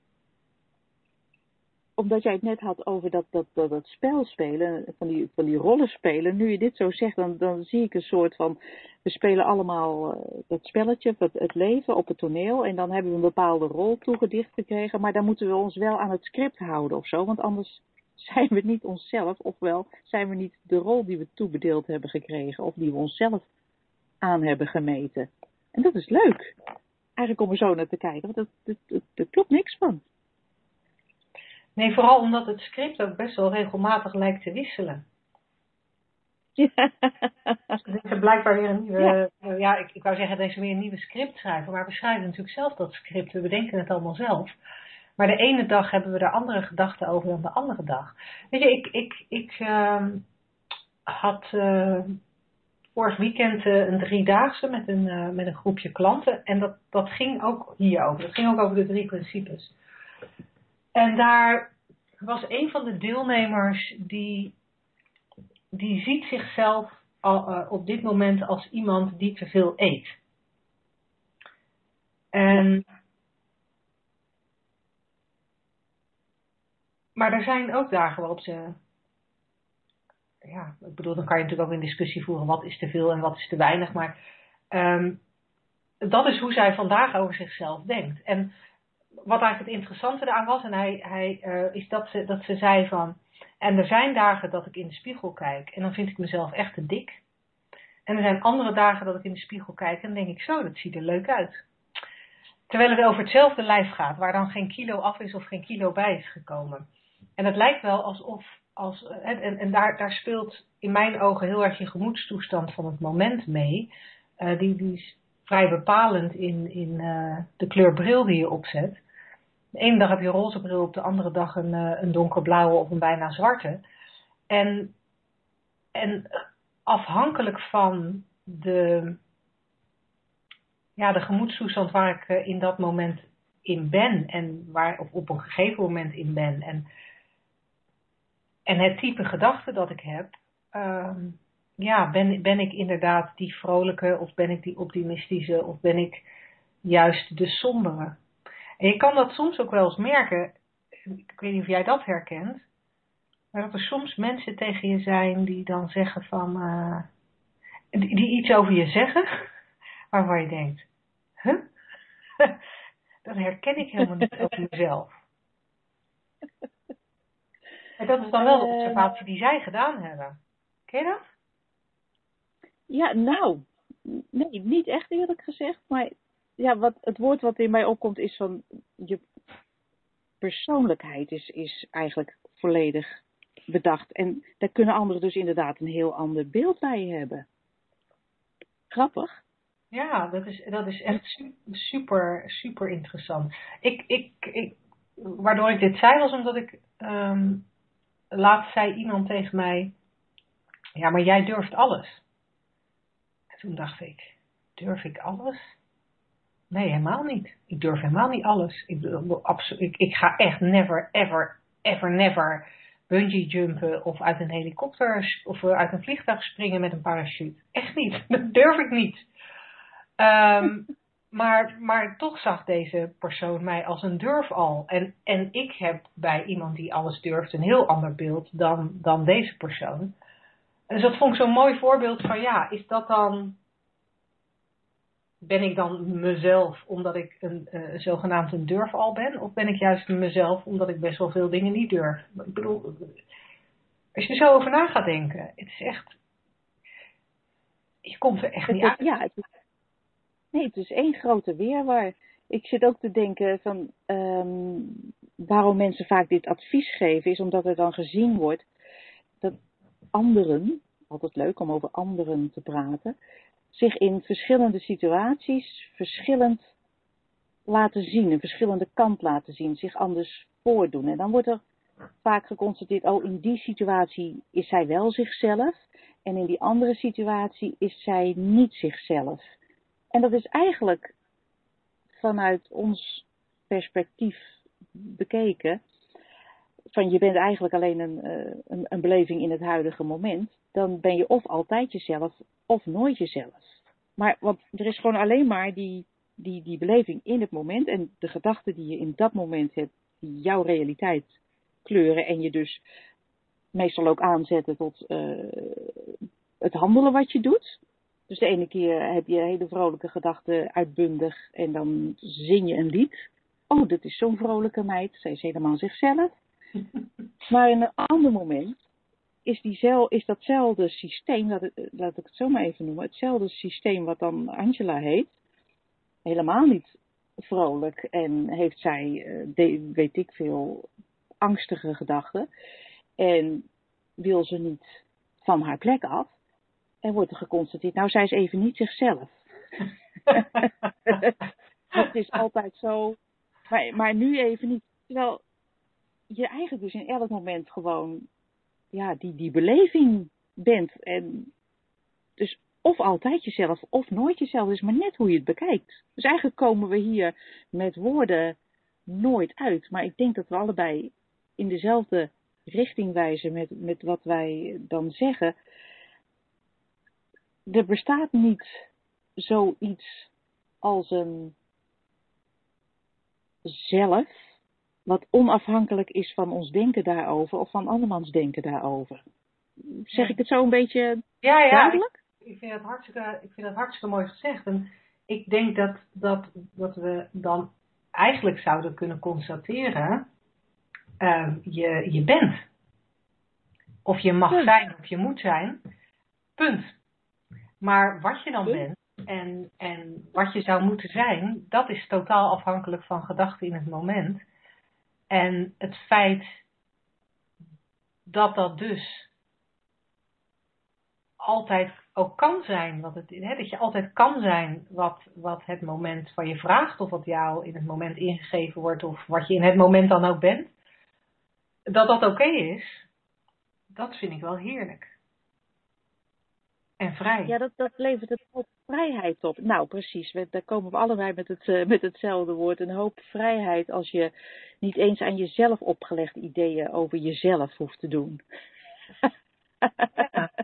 C: omdat jij het net had over dat, dat, dat, dat spel spelen, van die, van die rollen spelen. Nu je dit zo zegt, dan, dan zie ik een soort van, we spelen allemaal uh, dat spelletje, het, het leven op het toneel. En dan hebben we een bepaalde rol toegedicht gekregen, maar dan moeten we ons wel aan het script houden of zo. Want anders zijn we niet onszelf, ofwel zijn we niet de rol die we toebedeeld hebben gekregen, of die we onszelf aan hebben gemeten. En dat is leuk. Eigenlijk om er zo naar te kijken, want dat, dat, dat, dat klopt niks van.
B: Nee, vooral omdat het script ook best wel regelmatig lijkt te wisselen.
C: Ja.
B: Dus er blijkbaar weer een nieuwe, ja, uh, ja ik, ik wou zeggen, deze weer een nieuwe script schrijven, maar we schrijven natuurlijk zelf dat script, we bedenken het allemaal zelf. Maar de ene dag hebben we er andere gedachten over dan de andere dag. Weet je, ik, ik, ik uh, had uh, vorig weekend uh, een driedaagse met een, uh, met een groepje klanten en dat, dat ging ook hierover. Dat ging ook over de drie principes. En daar was een van de deelnemers die, die ziet zichzelf al, uh, op dit moment als iemand die te veel eet. En, maar er zijn ook dagen waarop ze, ja, ik bedoel, dan kan je natuurlijk ook een discussie voeren, wat is te veel en wat is te weinig, maar um, dat is hoe zij vandaag over zichzelf denkt. En wat eigenlijk het interessante eraan was, en hij, hij, uh, is dat ze, dat ze zei van, en er zijn dagen dat ik in de spiegel kijk en dan vind ik mezelf echt te dik. En er zijn andere dagen dat ik in de spiegel kijk en dan denk ik zo, dat ziet er leuk uit. Terwijl het over hetzelfde lijf gaat, waar dan geen kilo af is of geen kilo bij is gekomen. En het lijkt wel alsof, als, en, en daar, daar speelt in mijn ogen heel erg je gemoedstoestand van het moment mee. Uh, die, die is vrij bepalend in, in uh, de kleur bril die je opzet. De ene dag heb je een roze bril, op de andere dag een, een donkerblauwe of een bijna zwarte. En, en afhankelijk van de, ja, de gemoedstoestand waar ik in dat moment in ben, en waar, of op een gegeven moment in ben, en, en het type gedachte dat ik heb, um, ja, ben, ben ik inderdaad die vrolijke, of ben ik die optimistische, of ben ik juist de sombere. En je kan dat soms ook wel eens merken, ik weet niet of jij dat herkent, maar dat er soms mensen tegen je zijn die dan zeggen van, uh, die, die iets over je zeggen, waarvan je denkt, huh? Dat herken ik helemaal niet over mezelf. En dat is dan wel de observatie die zij gedaan hebben. Ken je dat?
C: Ja, nou, nee, niet echt eerlijk gezegd, maar ja, wat, het woord wat in mij opkomt is van je persoonlijkheid is, is eigenlijk volledig bedacht. En daar kunnen anderen dus inderdaad een heel ander beeld bij hebben. Grappig.
B: Ja, dat is, dat is echt super, super interessant. Ik, ik, ik, waardoor ik dit zei was omdat ik, um, laatst zei iemand tegen mij, ja, maar jij durft alles. En toen dacht ik, durf ik alles? Nee, helemaal niet. Ik durf helemaal niet alles. Ik, ik, ik ga echt never, ever, ever, never bungee jumpen of uit een helikopter of uit een vliegtuig springen met een parachute. Echt niet. Dat durf ik niet. Um, maar, maar toch zag deze persoon mij als een durfal. En, en ik heb bij iemand die alles durft een heel ander beeld dan, dan deze persoon. Dus dat vond ik zo'n mooi voorbeeld van ja, is dat dan... Ben ik dan mezelf omdat ik een uh, zogenaamd een durfal ben? Of ben ik juist mezelf omdat ik best wel veel dingen niet durf? Ik bedoel, als je er zo over na gaat denken, het is echt... Je komt er echt
C: het
B: niet
C: is,
B: uit.
C: Ja, het is, nee, het is één grote weerwar. Ik zit ook te denken van um, waarom mensen vaak dit advies geven, is omdat er dan gezien wordt dat anderen, altijd leuk om over anderen te praten, zich in verschillende situaties verschillend laten zien, een verschillende kant laten zien, zich anders voordoen. En dan wordt er vaak geconstateerd, oh, in die situatie is zij wel zichzelf en in die andere situatie is zij niet zichzelf. En dat is eigenlijk vanuit ons perspectief bekeken, van je bent eigenlijk alleen een, een, een beleving in het huidige moment, dan ben je of altijd jezelf of nooit jezelf. Maar want er is gewoon alleen maar die, die, die beleving in het moment en de gedachten die je in dat moment hebt, die jouw realiteit kleuren en je dus meestal ook aanzetten tot uh, het handelen wat je doet. Dus de ene keer heb je hele vrolijke gedachten uitbundig en dan zing je een lied. Oh, dat is zo'n vrolijke meid, zij is helemaal zichzelf. Maar in een ander moment is, die, is datzelfde systeem, laat, laat ik het zo maar even noemen, hetzelfde systeem wat dan Angela heet, helemaal niet vrolijk en heeft zij, de, weet ik veel, angstige gedachten en wil ze niet van haar plek af en wordt er geconstateerd, nou zij is even niet zichzelf. Het is altijd zo, maar, maar nu even niet, terwijl je eigenlijk dus in elk moment gewoon ja, die, die beleving bent. En dus of altijd jezelf of nooit jezelf. Het is maar net hoe je het bekijkt. Dus eigenlijk komen we hier met woorden nooit uit. Maar ik denk dat we allebei in dezelfde richting wijzen met, met wat wij dan zeggen. Er bestaat niet zoiets als een zelf wat onafhankelijk is van ons denken daarover of van andermans denken daarover. Zeg ik het zo een beetje
B: ja, ja,
C: duidelijk?
B: Ik, ik, vind het hartstikke, ik vind het hartstikke mooi gezegd. En ik denk dat, dat, dat we dan eigenlijk zouden kunnen constateren, uh, je, je bent. Of je mag Punt. zijn of je moet zijn. Punt. Maar wat je dan Punt. bent en, en wat je zou moeten zijn, dat is totaal afhankelijk van gedachten in het moment. En het feit dat dat dus altijd ook kan zijn, wat het, hè, dat je altijd kan zijn wat, wat het moment van je vraagt, of wat jou in het moment ingegeven wordt, of wat je in het moment dan ook bent, dat dat oké okay is, dat vind ik wel heerlijk. En vrij.
C: Ja, dat, dat levert een hoop vrijheid op. Nou, precies. We, daar komen we allebei met, het, uh, met hetzelfde woord. Een hoop vrijheid als je niet eens aan jezelf opgelegd ideeën over jezelf hoeft te doen.
B: Ja.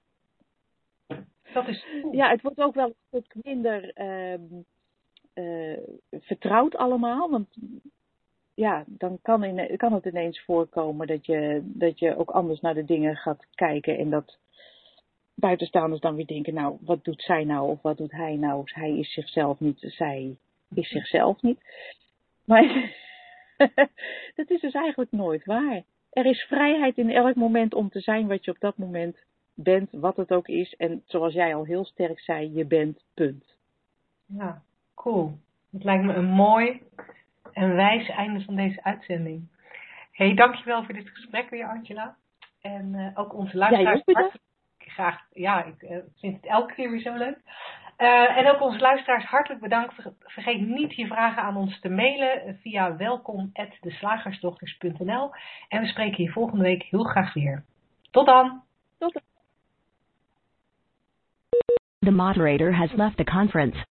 B: Dat is cool.
C: Ja, het wordt ook wel een stuk minder uh, uh, vertrouwd allemaal. Want ja, dan kan, in, kan het ineens voorkomen dat je, dat je ook anders naar de dingen gaat kijken. En dat buitenstaanders dan weer denken, nou, wat doet zij nou of wat doet hij nou? Hij is zichzelf niet, zij is zichzelf niet. Maar dat is dus eigenlijk nooit waar. Er is vrijheid in elk moment om te zijn wat je op dat moment bent, wat het ook is. En zoals jij al heel sterk zei, je bent, punt.
B: Ja, cool. Het lijkt me een mooi en wijs einde van deze uitzending. Hey, dankjewel voor dit gesprek weer, Angela. En uh, ook onze luisteraars.
C: Jij ook
B: graag, ja, ik uh, vind het elke keer weer zo leuk. Uh, en ook onze luisteraars hartelijk bedankt. Vergeet niet je vragen aan ons te mailen via welkom at deslagersdochters punt n l. En we spreken je volgende week heel graag weer. Tot dan!
C: Tot dan!
E: The moderator has left the conference.